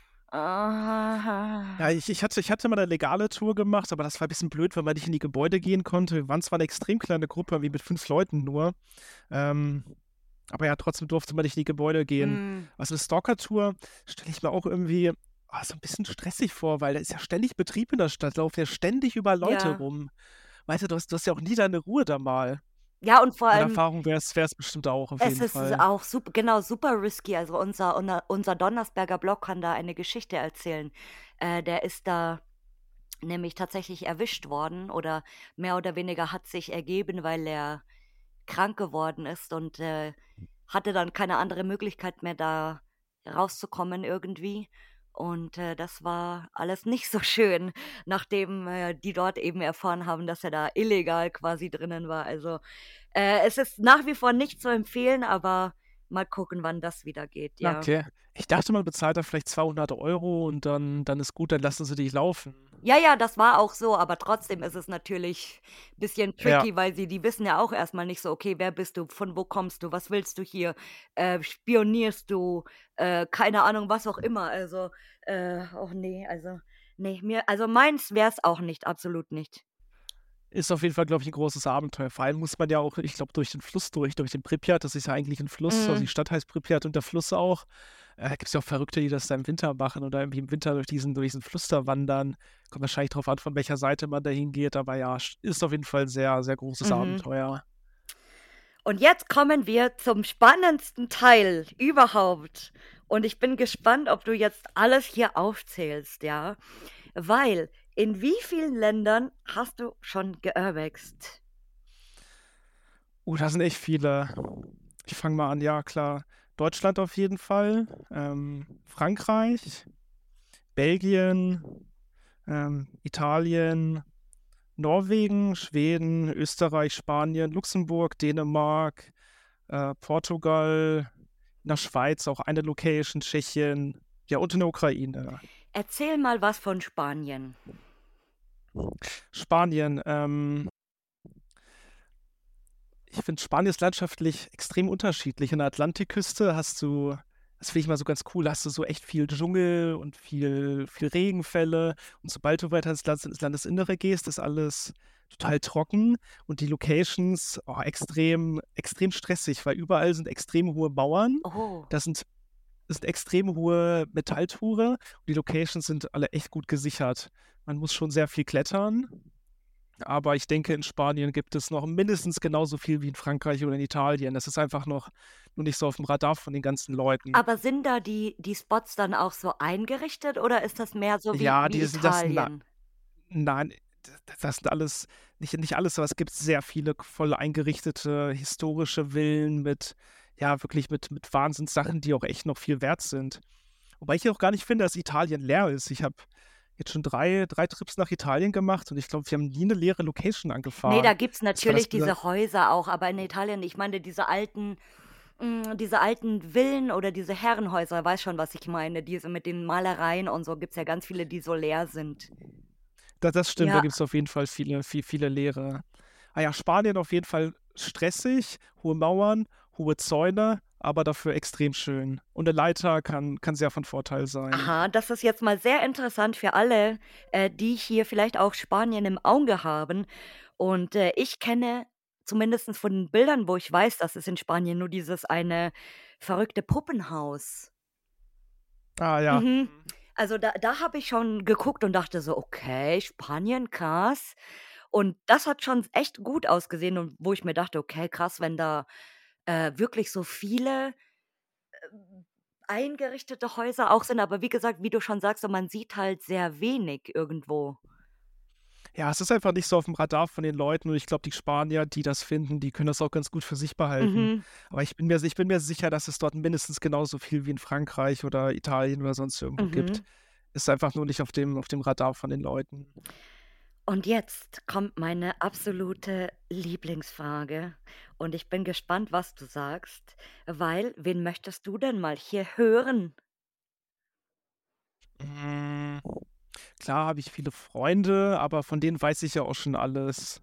Ja, ah, ich ich hatte ich hatte mal 'ne legale Tour gemacht, aber das war bisschen blöd, weil man nicht in die Gebäude gehen konnte. Wir waren zwar 'ne extrem kleine Gruppe, irgendwie mit fünf Leuten nur, ähm, aber ja, trotzdem durfte man nicht in die Gebäude gehen. mhm, Also, 'ne Stalker-Tour stelle ich mir auch irgendwie, ah, so 'n bisschen stressig vor, weil da ist ja ständig Betrieb in der Stadt, laufen ja ständig überall Leute ja. rum. Weißt du, du hast du hast ja auch nie deine Ruhe da mal. Ja, und vor Meine allem Erfahrung wär's wär's bestimmt auch auf es jeden ist Fall. auch sup genau, super risky. Also, unser unser unser Donnersberger Block kann da eine Geschichte erzählen. Äh, der ist da nämlich tatsächlich erwischt worden oder mehr oder weniger hat sich ergeben, weil er krank geworden ist und, äh, hatte dann keine andere Möglichkeit mehr, da rauszukommen irgendwie. Und, äh, das war alles nicht so schön, nachdem, äh, die dort eben erfahren haben, dass er da illegal quasi drinnen war. Also, äh, es ist nach wie vor nicht zu empfehlen, aber mal gucken, wann das wieder geht, Ja, ja. okay. Ich dachte, man bezahlt da vielleicht zweihundert Euro und dann dann ist gut, dann lassen sie dich laufen. Ja, ja, das war auch so, aber trotzdem ist es natürlich bisschen Ja, tricky, weil sie die wissen ja auch erst mal nicht so: „Okay, wer bist du? Von wo kommst du? Was willst du hier? Äh, spionierst du?" Äh, keine Ahnung, was auch immer. Also, äh, oh ne, also, ne, mir also, meins wär's auch nicht, absolut nicht. ist auf jeden Fall, glaube ich, 'n großes Abenteuer. Vor allem muss man ja auch, ich glaube, durch den Fluss durch, durch den Pripyat. Das ist ja eigentlich 'n Fluss. Also, die Mhm, Stadt heißt Pripyat und der Fluss auch. Äh, gibt's ja auch Verrückte, die das da im Winter machen oder irgendwie im Winter durch diesen durch diesen Fluss da wandern. Kommt wahrscheinlich drauf an, von welcher Seite man da hingeht, aber ja, sch ist auf jeden Fall 'n sehr, sehr großes mhm. Abenteuer. Und jetzt kommen wir zum spannendsten Teil überhaupt. Und ich bin gespannt, ob du jetzt alles hier aufzählst, ja? Weil in wie vielen Ländern hast du schon geurbext? Oh, da sind echt viele. Ich fange mal an, ja klar. Deutschland auf jeden Fall, ähm, Frankreich, Belgien, ähm, Italien, Norwegen, Schweden, Österreich, Spanien, Luxemburg, Dänemark, äh, Portugal, in der Schweiz auch eine Location, Tschechien, ja, und in der Ukraine. Erzähl mal was von Spanien. Spanien, ähm, ich finde, Spanien ist landschaftlich extrem unterschiedlich. An der Atlantikküste hast du, das finde ich mal so ganz cool, hast du so echt viel Dschungel und viel viel Regenfälle und sobald du weiter ins Land ins Landesinnere gehst, ist alles total trocken und die Locations, oh, extrem extrem stressig, weil überall sind extrem hohe Mauern. Oh, Das sind das sind extrem hohe Metalltore und die Locations sind alle echt gut gesichert. Man muss schon sehr viel klettern, aber ich denke, in Spanien gibt es noch mindestens genauso viel wie in Frankreich oder in Italien. Das ist einfach noch nur nicht so aufm Radar von den ganzen Leuten. aber sind da die die Spots dann auch so eingerichtet oder ist das mehr so wie Ja, wie die sind das na Italien? nein, das sind alles nicht nicht alles, aber es gibt sehr viele voll eingerichtete historische Villen mit ja, wirklich mit mit Wahnsinnssachen, die auch echt noch viel wert sind. Wobei ich auch gar nicht finde, dass Italien leer ist. Ich habe jetzt schon drei drei Trips nach Italien gemacht und ich glaube, wir haben nie eine leere Location Ne, da angefahren. gibt's Das war das natürlich besa diese Häuser auch, aber in Italien, ich meine diese alten hm, diese alten Villen oder diese Herrenhäuser, weißt schon, was ich meine, diese mit den Malereien und so, gibt's ja ganz viele, die so leer sind. da das stimmt, da Ja, gibt's auf jeden Fall viele vie viele leere. Ah ja, Spanien auf jeden Fall stressig, hohe Mauern, hohe Zäune, aber dafür extrem schön. Und 'ne Leiter kann kann sehr von Vorteil sein. aha, das ist jetzt mal sehr interessant für alle, äh, die hier vielleicht auch Spanien im Auge haben. Und, äh, ich kenne zumindestens von den Bildern, wo ich weiß, dass es in Spanien nur dieses eine verrückte Puppenhaus. Ah ja. Mhm. Mhm. Also, da da habe ich schon geguckt und dachte so: „Okay, Spanien, krass.“ Und das hat schon echt gut ausgesehen und wo ich mir dachte: „Okay, krass, wenn da, äh, wirklich so viele, ähm, eingerichtete Häuser auch sind.“ Aber wie gesagt, wie du schon sagst, so man sieht halt sehr wenig irgendwo. Ja, es ist einfach nicht so aufm Radar von den Leuten und ich glaube, die Spanier, die das finden, die können das auch ganz gut für sich behalten. Mhm, Aber ich bin mir ich bin mir sicher, dass es dort mindestens genauso viel wie in Frankreich oder Italien oder sonst irgendwo gibt. mhm. Ist einfach nur nicht auf dem auf dem Radar von den Leuten. Und jetzt kommt meine absolute Lieblingsfrage und ich bin gespannt, was du sagst, weil wen möchtest du denn mal hier hören? Hm, klar habe ich viele Freunde, aber von denen weiß ich ja auch schon alles.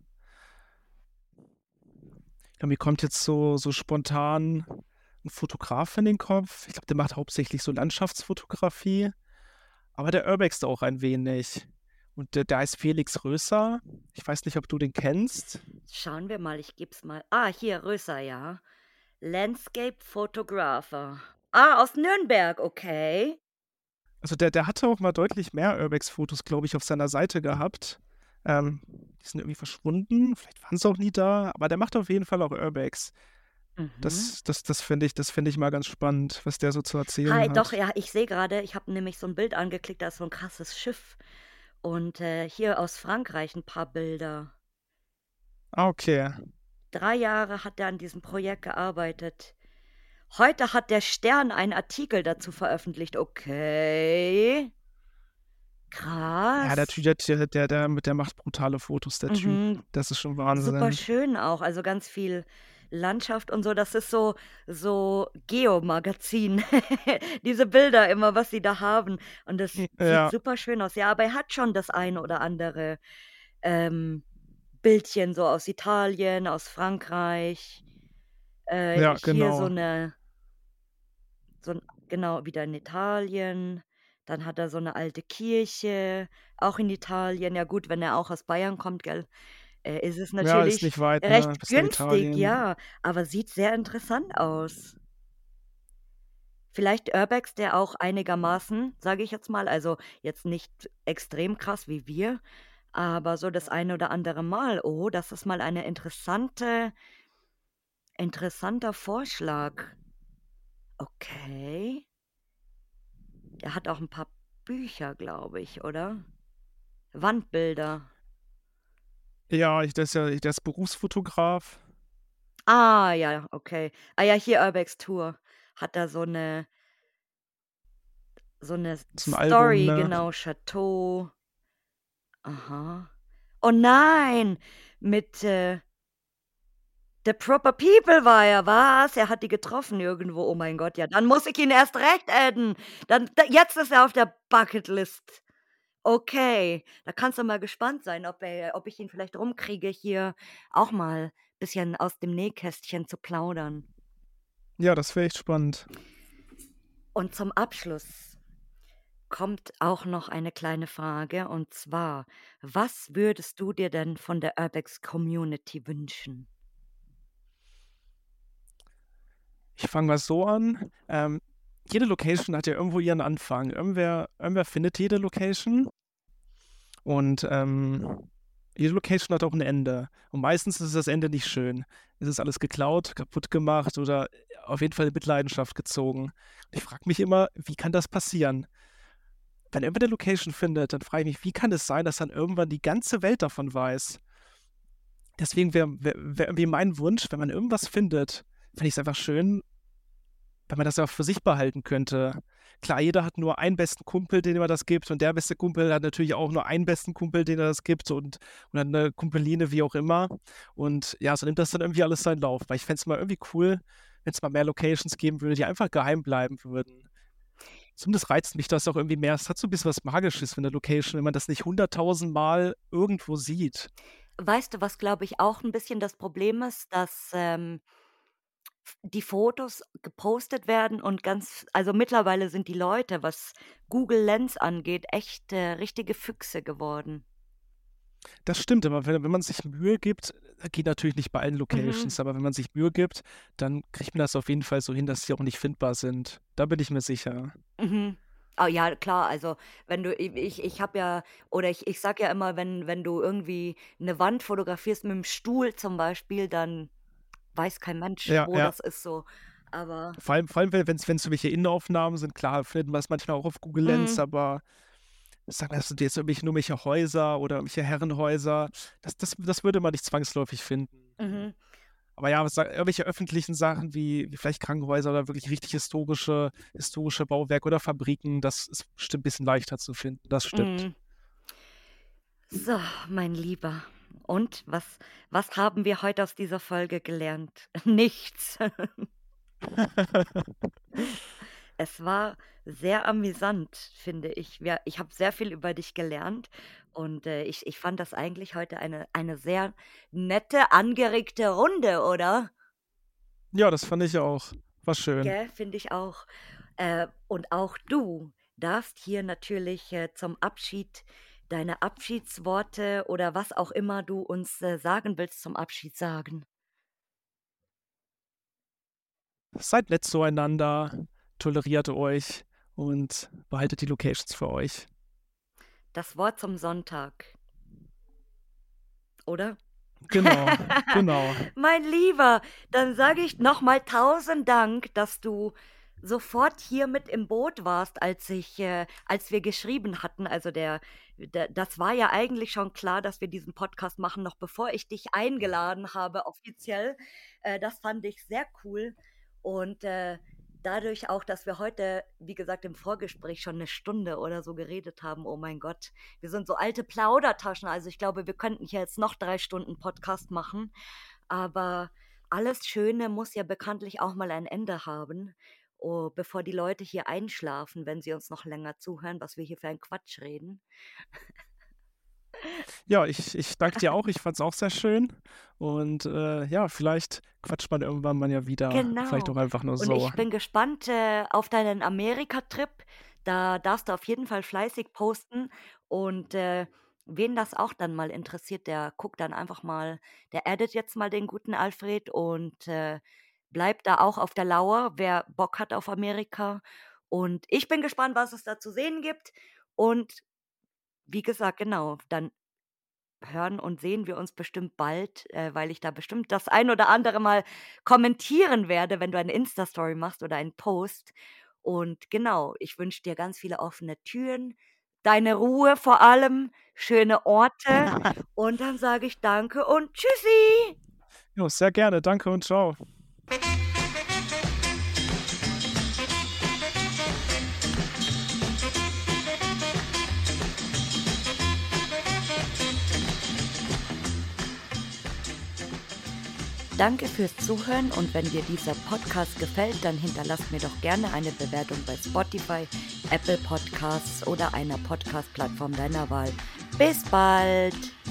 Ja, mir kommt jetzt so so spontan 'n Fotograf in den Kopf. Ich glaube, der macht hauptsächlich so Landschaftsfotografie, aber der urbext auch ein wenig. Und der der heißt Felix Röser. Ich weiß nicht, ob du den kennst? Schauen wir mal, ich gebe es mal. Ah, hier, Röser, ja. Landscape Photographer. Ah, aus Nürnberg, okay. Also, der der hatte auch mal deutlich mehr Urbex-Fotos, glaube ich, auf seiner Seite gehabt. Ähm, die sind irgendwie verschwunden. Vielleicht waren sie auch nie da, aber der macht auf jeden Fall auch Urbex. Mhm. Das das das finde ich das finde ich mal ganz spannend, was der so zu erzählen Hi, doch, hat. ja, ich sehe gerade, ich habe nämlich so ein Bild angeklickt, da ist so ein krasses Schiff und, äh, hier aus Frankreich ein paar Bilder. Ah, okay. Drei Jahre hat er an diesem Projekt gearbeitet. Heute hat der Stern einen Artikel dazu veröffentlicht. Okay, Ja, der krass. Typ, der der der der mit der macht brutale Fotos, der Typ. Mhm. Das ist schon Super Wahnsinn. schön auch, also ganz viel Landschaft und so. Das ist so so Geomagazin, diese Bilder immer, was sie da haben. Und das Hm, sieht ja, super schön aus. Ja, aber er hat schon das eine oder andere, ähm, Bildchen so aus Italien, aus Frankreich. Äh, ja, hier so genau. 'ne so 'n genau, wieder in Italien. Dann hat er so 'ne alte Kirche, auch in Italien. Ja gut, wenn er auch aus Bayern kommt, gell, äh, ist es Ja, ist natürlich nicht weit, ne, recht bis nach günstig, Italien. ja, aber sieht sehr interessant aus. Vielleicht Urbex, der auch einigermaßen, sage ich jetzt mal, also jetzt nicht extrem krass wie wir, aber so das eine oder andere Mal. Oh, das ist mal eine interessante interessanter Vorschlag. Okay. Der hat auch 'n paar Bücher, glaube ich, oder? Wandbilder. Ja, ich der ist ja der ist Berufsfotograf. Ah, ja, okay. Ah ja, hier Urbex Tour hat da so 'ne so 'ne Ist 'n Album, Story, ne? genau, Chateau. Aha. Oh nein, mit, äh, The Proper People war er. Was? Er hat die getroffen irgendwo. Oh mein Gott, ja, dann muss ich ihn erst recht adden. Dann da jetzt ist er auf der Bucketlist. Okay, da kannst du mal gespannt sein, ob er ob ich ihn vielleicht rumkriege, hier auch mal bisschen aus dem Nähkästchen zu plaudern. Ja, das wäre echt spannend. Und zum Abschluss kommt auch noch eine kleine Frage, und zwar: Was würdest du dir denn von der Urbex Community wünschen? Ich fange mal so an. Ähm, jede Location hat ja irgendwo ihren Anfang. Irgendwer irgendwer findet jede Location und, ähm, jede Location hat auch 'n Ende. Und meistens ist das Ende nicht schön. Es ist alles geklaut, kaputt gemacht oder auf jeden Fall in Mitleidenschaft gezogen. Ich frage mich immer: „Wie kann das passieren?“ wenn irgendwer 'ne Location findet, dann frage ich mich, wie kann es sein, dass dann irgendwann die ganze Welt davon weiß? Deswegen wäre wäre wäre irgendwie mein Wunsch, wenn man irgendwas findet, fände ich's einfach schön, wenn man das auch für sich behalten könnte. Klar, jeder hat nur einen besten Kumpel, dem er das gibt, und der beste Kumpel hat natürlich auch nur einen besten Kumpel, den er das gibt, und oder 'ne Kumpeline, wie auch immer. Und ja, so nimmt das dann irgendwie alles seinen Lauf. Weil ich fände es mal irgendwie cool, wenn's mal mehr Locations geben würde, die einfach geheim bleiben würden. Zumindest reizt mich das auch irgendwie mehr. Es hat so 'n bisschen was Magisches für 'ne Location, wenn man das nicht hunderttausend Mal irgendwo sieht. Weißt du, was, glaube ich, auch 'n bisschen das Problem ist, dass, ähm f die Fotos gepostet werden und ganz also, mittlerweile sind die Leute, was Google Lens angeht, echt, äh, richtige Füchse geworden. Das stimmt, aber wenn wenn man sich Mühe gibt äh, geht natürlich nicht bei allen Mhm. Locations, aber wenn man sich Mühe gibt, dann kriegt man das auf jeden Fall so hin, dass sie auch nicht findbar sind. Da bin ich mir sicher. Mhm. Ah ja, klar, also, wenn du i ich ich habe ja oder ich ich sage ja immer, wenn wenn du irgendwie 'ne Wand fotografierst mit'm Stuhl zum Beispiel, dann weiß kein Mensch, Ja, wo ja. das ist so. Aber Vor allem vor allem, we wenn's wenn's irgendwelche Innenaufnahmen sind, klar, findet man's manchmal auch auf Google Lens, Mhm. aber sag mal, das sind jetzt irgendwelche nur irgendwelche Häuser oder irgendwelche Herrenhäuser. Das das das würde man nicht zwangsläufig finden. Mhm. Aber ja, was sa irgendwelche öffentlichen Sachen wie wie vielleicht Krankenhäuser oder wirklich richtig historische historische Bauwerke oder Fabriken, das ist bestimmt bisschen leichter zu finden. Das stimmt. Mhm. So, mein Lieber. Und was was haben wir heute aus dieser Folge gelernt? Nichts. Es war sehr amüsant, finde ich. Wir ich habe sehr viel über dich gelernt und, äh, ich ich fand das eigentlich heute eine eine sehr nette, angeregte Runde, oder? Ja, das fand ich auch. War schön. Gell, finde ich auch. Äh, und auch du darfst hier natürlich, äh, zum Abschied deine Abschiedsworte oder was auch immer du uns, äh, sagen willst zum Abschied sagen. Seid nett zueinander, toleriert euch und behaltet die Locations für euch. Das Wort zum Sonntag. Oder? Genau, genau. Mein Lieber, dann sage ich noch mal tausend Dank, dass du sofort hier mit im Boot warst, als ich äh, als wir geschrieben hatten. Also, der d das war ja eigentlich schon klar, dass wir diesen Podcast machen, noch bevor ich dich eingeladen habe offiziell. Äh, das fand ich sehr cool und, äh, dadurch auch, dass wir heute, wie gesagt, im Vorgespräch schon 'ne Stunde oder so geredet haben. Oh mein Gott, wir sind so alte Plaudertaschen. Also, ich glaube, wir könnten hier jetzt noch drei Stunden Podcast machen, aber alles Schöne muss ja bekanntlich auch mal ein Ende haben, oh, bevor die Leute hier einschlafen, wenn sie uns noch länger zuhören, was wir hier für einen Quatsch reden. Ja, ich ich danke dir auch. Ich fand's auch sehr schön und, äh, ja, vielleicht quatscht man irgendwann mal ja wieder, vielleicht Genau. auch einfach nur Und so. ich bin gespannt, äh, auf deinen Amerika-Trip. Da darfst du auf jeden Fall fleißig posten und, äh, wen das auch dann mal interessiert, der guckt dann einfach mal der addet jetzt mal den guten Alfred und, äh, bleibt da auch auf der Lauer, wer Bock hat auf Amerika. Und ich bin gespannt, was es da zu sehen gibt. Und wie gesagt, genau, dann hören und sehen wir uns bestimmt bald, äh, weil ich da bestimmt das ein oder andere Mal kommentieren werde, wenn du eine Insta-Story machst oder einen Post. Und genau, ich wünsche dir ganz viele offene Türen, deine Ruhe vor allem, schöne Orte und dann sage ich danke und tschüssi. Jo, sehr gerne. Danke und tschau. Danke fürs Zuhören und wenn dir dieser Podcast gefällt, dann hinterlass mir doch gerne eine Bewertung bei Spotify, Apple Podcasts oder einer Podcast-Plattform deiner Wahl. Bis bald!